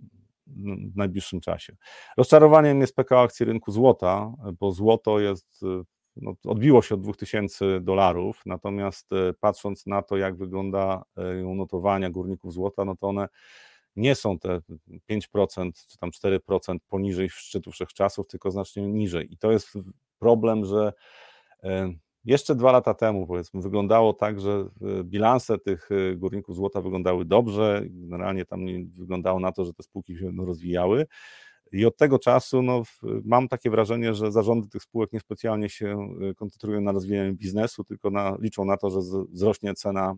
w najbliższym czasie. Rozczarowaniem jest P K O akcji rynku złota, bo złoto jest, no, odbiło się od dwóch tysięcy dolarów, natomiast patrząc na to, jak wygląda notowania górników złota, no to one nie są te pięć procent czy tam cztery procent poniżej szczytu wszechczasów, tylko znacznie niżej. I to jest problem, że jeszcze dwa lata temu, powiedzmy, wyglądało tak, że bilanse tych górników złota wyglądały dobrze, generalnie tam wyglądało na to, że te spółki się rozwijały. I od tego czasu no, mam takie wrażenie, że zarządy tych spółek niespecjalnie się koncentrują na rozwijaniu biznesu, tylko na, liczą na to, że wzrośnie cena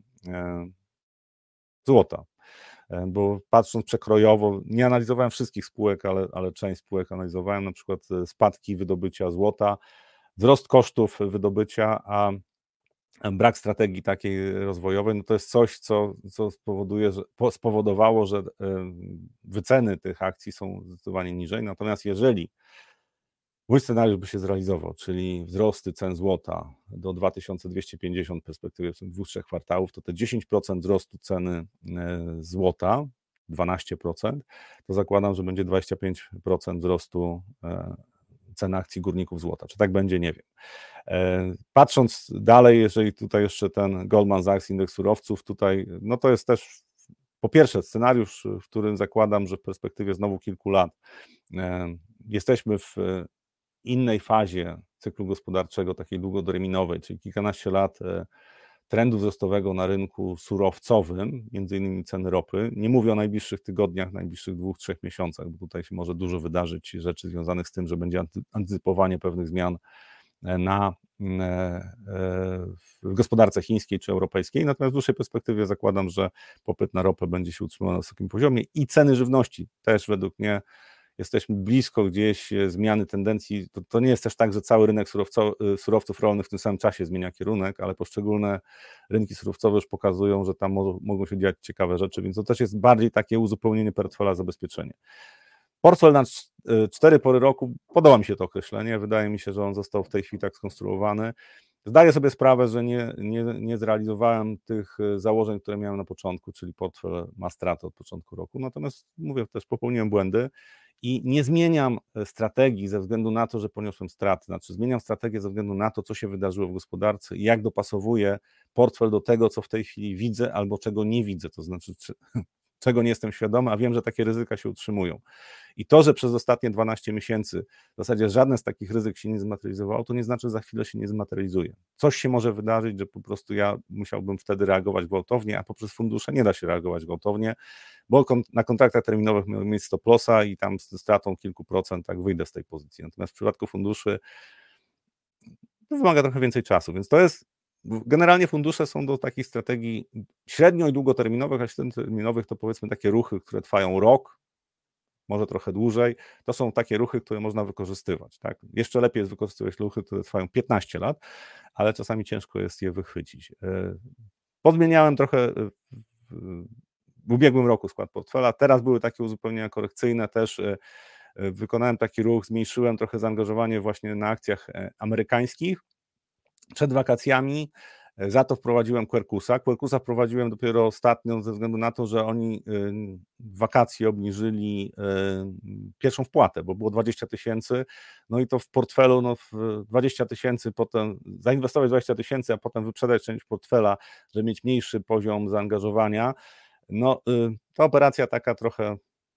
złota. Bo patrząc przekrojowo, nie analizowałem wszystkich spółek, ale, ale część spółek analizowałem, na przykład spadki wydobycia złota, wzrost kosztów wydobycia, a brak strategii takiej rozwojowej, no to jest coś, co, co spowoduje, że, spowodowało, że wyceny tych akcji są zdecydowanie niżej. Natomiast jeżeli mój scenariusz by się zrealizował, czyli wzrosty cen złota do dwa tysiące dwieście pięćdziesiąt w perspektywie dwóch, trzech kwartałów, to te dziesięć procent wzrostu ceny złota, dwanaście procent, to zakładam, że będzie dwadzieścia pięć procent wzrostu cen akcji górników złota. Czy tak będzie? Nie wiem. Patrząc dalej, jeżeli tutaj jeszcze ten Goldman Sachs, indeks surowców, tutaj, no to jest też po pierwsze scenariusz, w którym zakładam, że w perspektywie znowu kilku lat jesteśmy w innej fazie cyklu gospodarczego, takiej długoterminowej, czyli kilkanaście lat trendu wzrostowego na rynku surowcowym, między innymi ceny ropy. Nie mówię o najbliższych tygodniach, najbliższych dwóch, trzech miesiącach, bo tutaj się może dużo wydarzyć rzeczy związanych z tym, że będzie antycypowanie pewnych zmian na, w gospodarce chińskiej czy europejskiej, natomiast w dłuższej perspektywie zakładam, że popyt na ropę będzie się utrzymywał na wysokim poziomie i ceny żywności też według mnie jesteśmy blisko gdzieś zmiany tendencji. To, to nie jest też tak, że cały rynek surowco, surowców rolnych w tym samym czasie zmienia kierunek, ale poszczególne rynki surowcowe już pokazują, że tam mo, mogą się dziać ciekawe rzeczy, więc to też jest bardziej takie uzupełnienie portfela, zabezpieczenie. Portfel na cztery pory roku, podoba mi się to określenie, wydaje mi się, że on został w tej chwili tak skonstruowany. Zdaję sobie sprawę, że nie, nie, nie zrealizowałem tych założeń, które miałem na początku, czyli portfel ma stratę od początku roku, natomiast mówię, też popełniłem błędy i nie zmieniam strategii ze względu na to, że poniosłem straty, znaczy zmieniam strategię ze względu na to, co się wydarzyło w gospodarce i jak dopasowuję portfel do tego, co w tej chwili widzę albo czego nie widzę, to znaczy czy, czego nie jestem świadomy, a wiem, że takie ryzyka się utrzymują. I to, że przez ostatnie dwanaście miesięcy w zasadzie żadne z takich ryzyk się nie zmaterializowało, to nie znaczy, że za chwilę się nie zmaterializuje. Coś się może wydarzyć, że po prostu ja musiałbym wtedy reagować gwałtownie, a poprzez fundusze nie da się reagować gwałtownie, bo na kontraktach terminowych miałem mieć stop lossa i tam z stratą kilku procent tak wyjdę z tej pozycji. Natomiast w przypadku funduszy to wymaga trochę więcej czasu, więc to jest generalnie fundusze są do takich strategii średnio i długoterminowych, a średnioterminowych to powiedzmy takie ruchy, które trwają rok, może trochę dłużej. To są takie ruchy, które można wykorzystywać. Tak? Jeszcze lepiej jest wykorzystywać ruchy, które trwają piętnaście lat, ale czasami ciężko jest je wychwycić. Podmieniałem trochę w ubiegłym roku skład portfela, teraz były takie uzupełnienia korekcyjne, też wykonałem taki ruch, zmniejszyłem trochę zaangażowanie właśnie na akcjach amerykańskich. Przed wakacjami za to wprowadziłem Quercusa. Quercusa wprowadziłem dopiero ostatnio ze względu na to, że oni w wakacje obniżyli pierwszą wpłatę, bo było dwadzieścia tysięcy, no i to w portfelu no dwadzieścia tysięcy, potem zainwestować dwadzieścia tysięcy, a potem wyprzedać część portfela, żeby mieć mniejszy poziom zaangażowania. No ta operacja taka trochę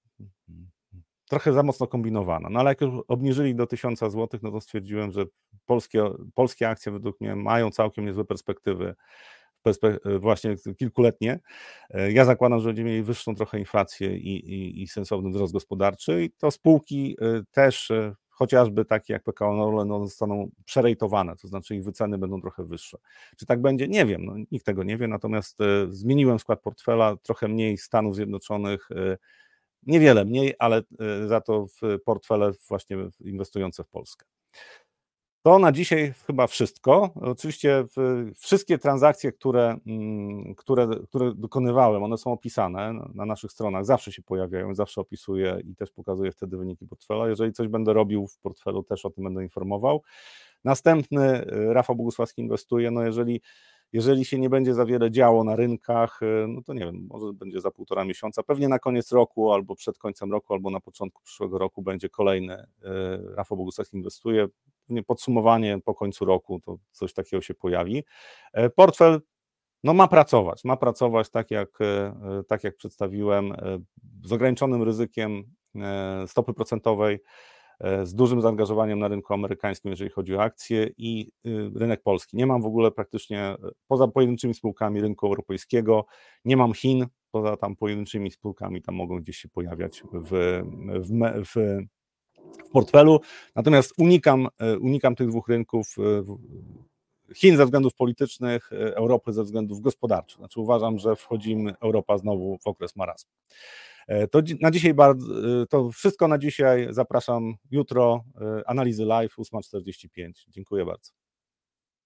trochę za mocno kombinowana, no ale jak już obniżyli do tysiąca złotych, no to stwierdziłem, że polskie, polskie akcje według mnie mają całkiem niezłe perspektywy, perspek- właśnie kilkuletnie. Ja zakładam, że będziemy mieli wyższą trochę inflację i, i, i sensowny wzrost gospodarczy i to spółki też, chociażby takie jak P K O Orlen, no, zostaną przerejtowane, to znaczy ich wyceny będą trochę wyższe. Czy tak będzie? Nie wiem, no, nikt tego nie wie, natomiast zmieniłem skład portfela, trochę mniej Stanów Zjednoczonych, niewiele mniej, ale za to w portfele właśnie inwestujące w Polskę. To na dzisiaj chyba wszystko. Oczywiście wszystkie transakcje, które, które, które dokonywałem, one są opisane na naszych stronach, zawsze się pojawiają, zawsze opisuję i też pokazuję wtedy wyniki portfela. Jeżeli coś będę robił w portfelu, też o tym będę informował. Następny, Rafał Bogusławski inwestuje, no jeżeli Jeżeli się nie będzie za wiele działo na rynkach, no to nie wiem, może będzie za półtora miesiąca, pewnie na koniec roku, albo przed końcem roku, albo na początku przyszłego roku będzie kolejny Rafał Bogusławski inwestuje. Pewnie podsumowanie po końcu roku, to coś takiego się pojawi. Portfel no ma pracować, ma pracować tak jak, tak jak przedstawiłem, z ograniczonym ryzykiem stopy procentowej, z dużym zaangażowaniem na rynku amerykańskim, jeżeli chodzi o akcje i rynek polski. Nie mam w ogóle praktycznie, poza pojedynczymi spółkami rynku europejskiego, nie mam Chin, poza tam pojedynczymi spółkami, tam mogą gdzieś się pojawiać w, w, w, w portfelu, natomiast unikam, unikam tych dwóch rynków, Chin ze względów politycznych, Europy ze względów gospodarczych. Znaczy uważam, że wchodzimy, Europa znowu w okres marazmu. To na dzisiaj bardzo, to wszystko na dzisiaj. Zapraszam jutro, analizy live ósma czterdzieści pięć. Dziękuję bardzo.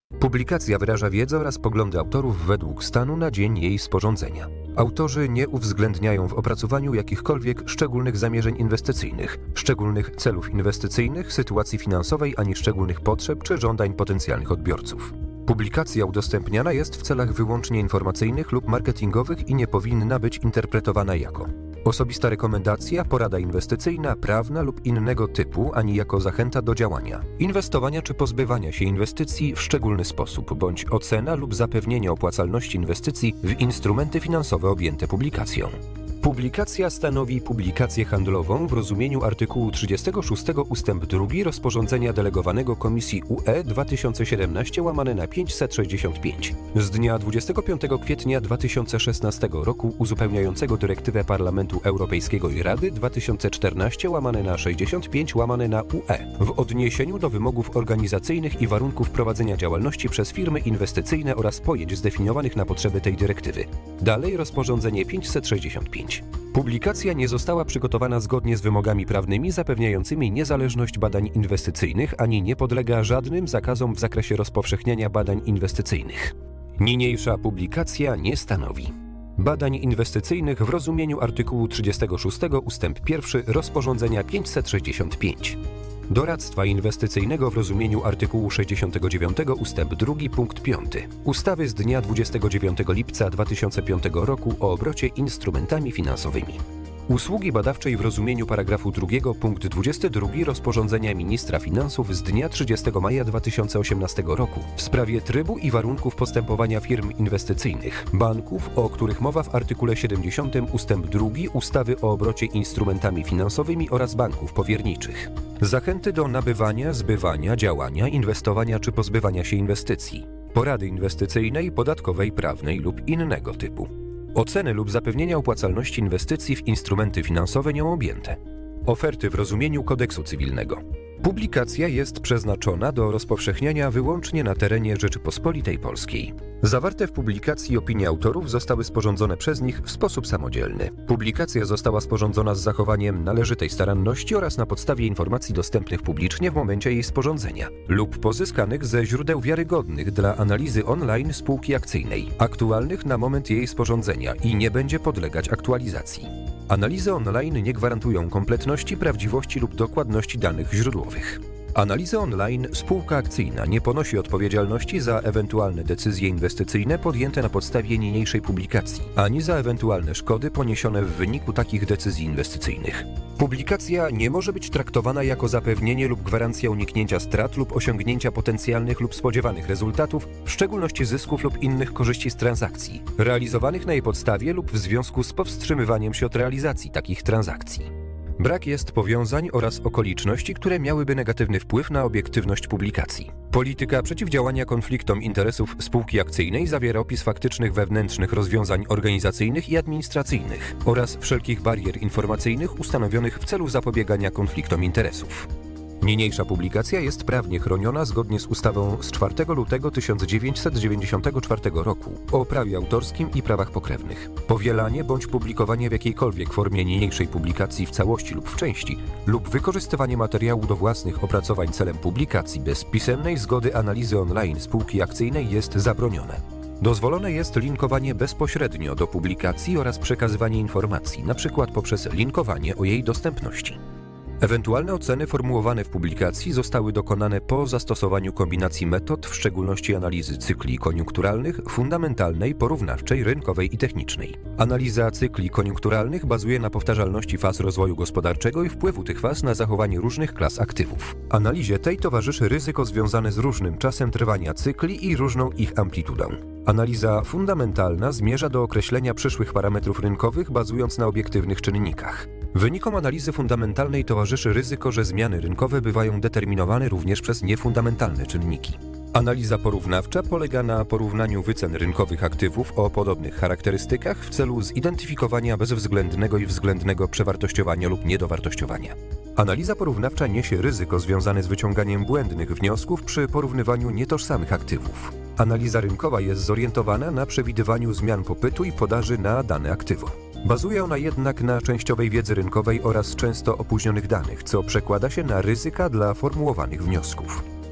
Publikacja wyraża wiedzę oraz poglądy autorów według stanu na dzień jej sporządzenia. Autorzy nie uwzględniają w opracowaniu jakichkolwiek szczególnych zamierzeń inwestycyjnych, szczególnych celów inwestycyjnych, sytuacji finansowej ani szczególnych potrzeb czy żądań potencjalnych odbiorców. Publikacja udostępniana jest w celach wyłącznie informacyjnych lub marketingowych i nie powinna być interpretowana jako osobista rekomendacja, porada inwestycyjna, prawna lub innego typu, ani jako zachęta do działania, inwestowania czy pozbywania się inwestycji w szczególny sposób, bądź ocena lub zapewnienie opłacalności inwestycji w instrumenty finansowe objęte publikacją. Publikacja stanowi publikację handlową w rozumieniu artykułu trzydziestego szóstego ustęp drugi rozporządzenia delegowanego Komisji U E dwa tysiące siedemnaście łamane na pięćset sześćdziesiąt pięć z dnia dwudziestego piątego kwietnia dwa tysiące szesnastego roku uzupełniającego dyrektywę Parlamentu Europejskiego i Rady dwa tysiące czternaście łamane na sześćdziesiąt pięć łamane na U E w odniesieniu do wymogów organizacyjnych i warunków prowadzenia działalności przez firmy inwestycyjne oraz pojęć zdefiniowanych na potrzeby tej dyrektywy. Dalej rozporządzenie pięćset sześćdziesiąt pięć. Publikacja nie została przygotowana zgodnie z wymogami prawnymi zapewniającymi niezależność badań inwestycyjnych, ani nie podlega żadnym zakazom w zakresie rozpowszechniania badań inwestycyjnych. Niniejsza publikacja nie stanowi badań inwestycyjnych w rozumieniu artykułu trzydziestego szóstego ustęp pierwszy rozporządzenia pięćset sześćdziesiąt pięć. Doradztwa inwestycyjnego w rozumieniu artykułu sześćdziesiątego dziewiątego ustęp drugi punkt piąty ustawy z dnia dwudziestego dziewiątego lipca dwa tysiące piątego roku o obrocie instrumentami finansowymi. Usługi badawczej w rozumieniu paragrafu drugiego punkt dwudziesty drugi rozporządzenia ministra finansów z dnia trzydziestego maja dwa tysiące osiemnastego roku w sprawie trybu i warunków postępowania firm inwestycyjnych, banków, o których mowa w artykule siedemdziesiątym ustęp drugi ustawy o obrocie instrumentami finansowymi oraz banków powierniczych. Zachęty do nabywania, zbywania, działania, inwestowania czy pozbywania się inwestycji. Porady inwestycyjnej, podatkowej, prawnej lub innego typu. Oceny lub zapewnienia opłacalności inwestycji w instrumenty finansowe nią objęte. Oferty w rozumieniu kodeksu cywilnego. Publikacja jest przeznaczona do rozpowszechniania wyłącznie na terenie Rzeczypospolitej Polskiej. Zawarte w publikacji opinie autorów zostały sporządzone przez nich w sposób samodzielny. Publikacja została sporządzona z zachowaniem należytej staranności oraz na podstawie informacji dostępnych publicznie w momencie jej sporządzenia lub pozyskanych ze źródeł wiarygodnych dla analizy online spółki akcyjnej, aktualnych na moment jej sporządzenia i nie będzie podlegać aktualizacji. Analizy online nie gwarantują kompletności, prawdziwości lub dokładności danych źródłowych. Analizy online spółka akcyjna nie ponosi odpowiedzialności za ewentualne decyzje inwestycyjne podjęte na podstawie niniejszej publikacji, ani za ewentualne szkody poniesione w wyniku takich decyzji inwestycyjnych. Publikacja nie może być traktowana jako zapewnienie lub gwarancja uniknięcia strat lub osiągnięcia potencjalnych lub spodziewanych rezultatów, w szczególności zysków lub innych korzyści z transakcji, realizowanych na jej podstawie lub w związku z powstrzymywaniem się od realizacji takich transakcji. Brak jest powiązań oraz okoliczności, które miałyby negatywny wpływ na obiektywność publikacji. Polityka przeciwdziałania konfliktom interesów spółki akcyjnej zawiera opis faktycznych wewnętrznych rozwiązań organizacyjnych i administracyjnych oraz wszelkich barier informacyjnych ustanowionych w celu zapobiegania konfliktom interesów. Niniejsza publikacja jest prawnie chroniona zgodnie z ustawą z czwartego lutego tysiąc dziewięćset dziewięćdziesiątego czwartego roku o prawie autorskim i prawach pokrewnych. Powielanie bądź publikowanie w jakiejkolwiek formie niniejszej publikacji w całości lub w części lub wykorzystywanie materiału do własnych opracowań celem publikacji bez pisemnej zgody analizy online spółki akcyjnej jest zabronione. Dozwolone jest linkowanie bezpośrednio do publikacji oraz przekazywanie informacji, np. poprzez linkowanie o jej dostępności. Ewentualne oceny formułowane w publikacji zostały dokonane po zastosowaniu kombinacji metod, w szczególności analizy cykli koniunkturalnych, fundamentalnej, porównawczej, rynkowej i technicznej. Analiza cykli koniunkturalnych bazuje na powtarzalności faz rozwoju gospodarczego i wpływu tych faz na zachowanie różnych klas aktywów. Analizie tej towarzyszy ryzyko związane z różnym czasem trwania cykli i różną ich amplitudą. Analiza fundamentalna zmierza do określenia przyszłych parametrów rynkowych bazując na obiektywnych czynnikach. Wynikom analizy fundamentalnej towarzyszy ryzyko, że zmiany rynkowe bywają determinowane również przez niefundamentalne czynniki. Analiza porównawcza polega na porównaniu wycen rynkowych aktywów o podobnych charakterystykach w celu zidentyfikowania bezwzględnego i względnego przewartościowania lub niedowartościowania. Analiza porównawcza niesie ryzyko związane z wyciąganiem błędnych wniosków przy porównywaniu nietożsamych aktywów. Analiza rynkowa jest zorientowana na przewidywaniu zmian popytu i podaży na dane aktywo. Bazuje ona jednak na częściowej wiedzy rynkowej oraz często opóźnionych danych, co przekłada się na ryzyka dla formułowanych wniosków.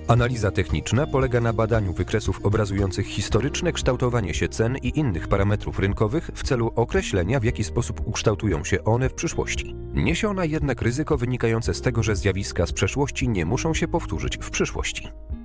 Analiza techniczna polega na badaniu wykresów obrazujących historyczne kształtowanie się cen i innych parametrów rynkowych w celu określenia, w jaki sposób ukształtują się one w przyszłości. Niesie ona jednak ryzyko wynikające z tego, że zjawiska z przeszłości nie muszą się powtórzyć w przyszłości.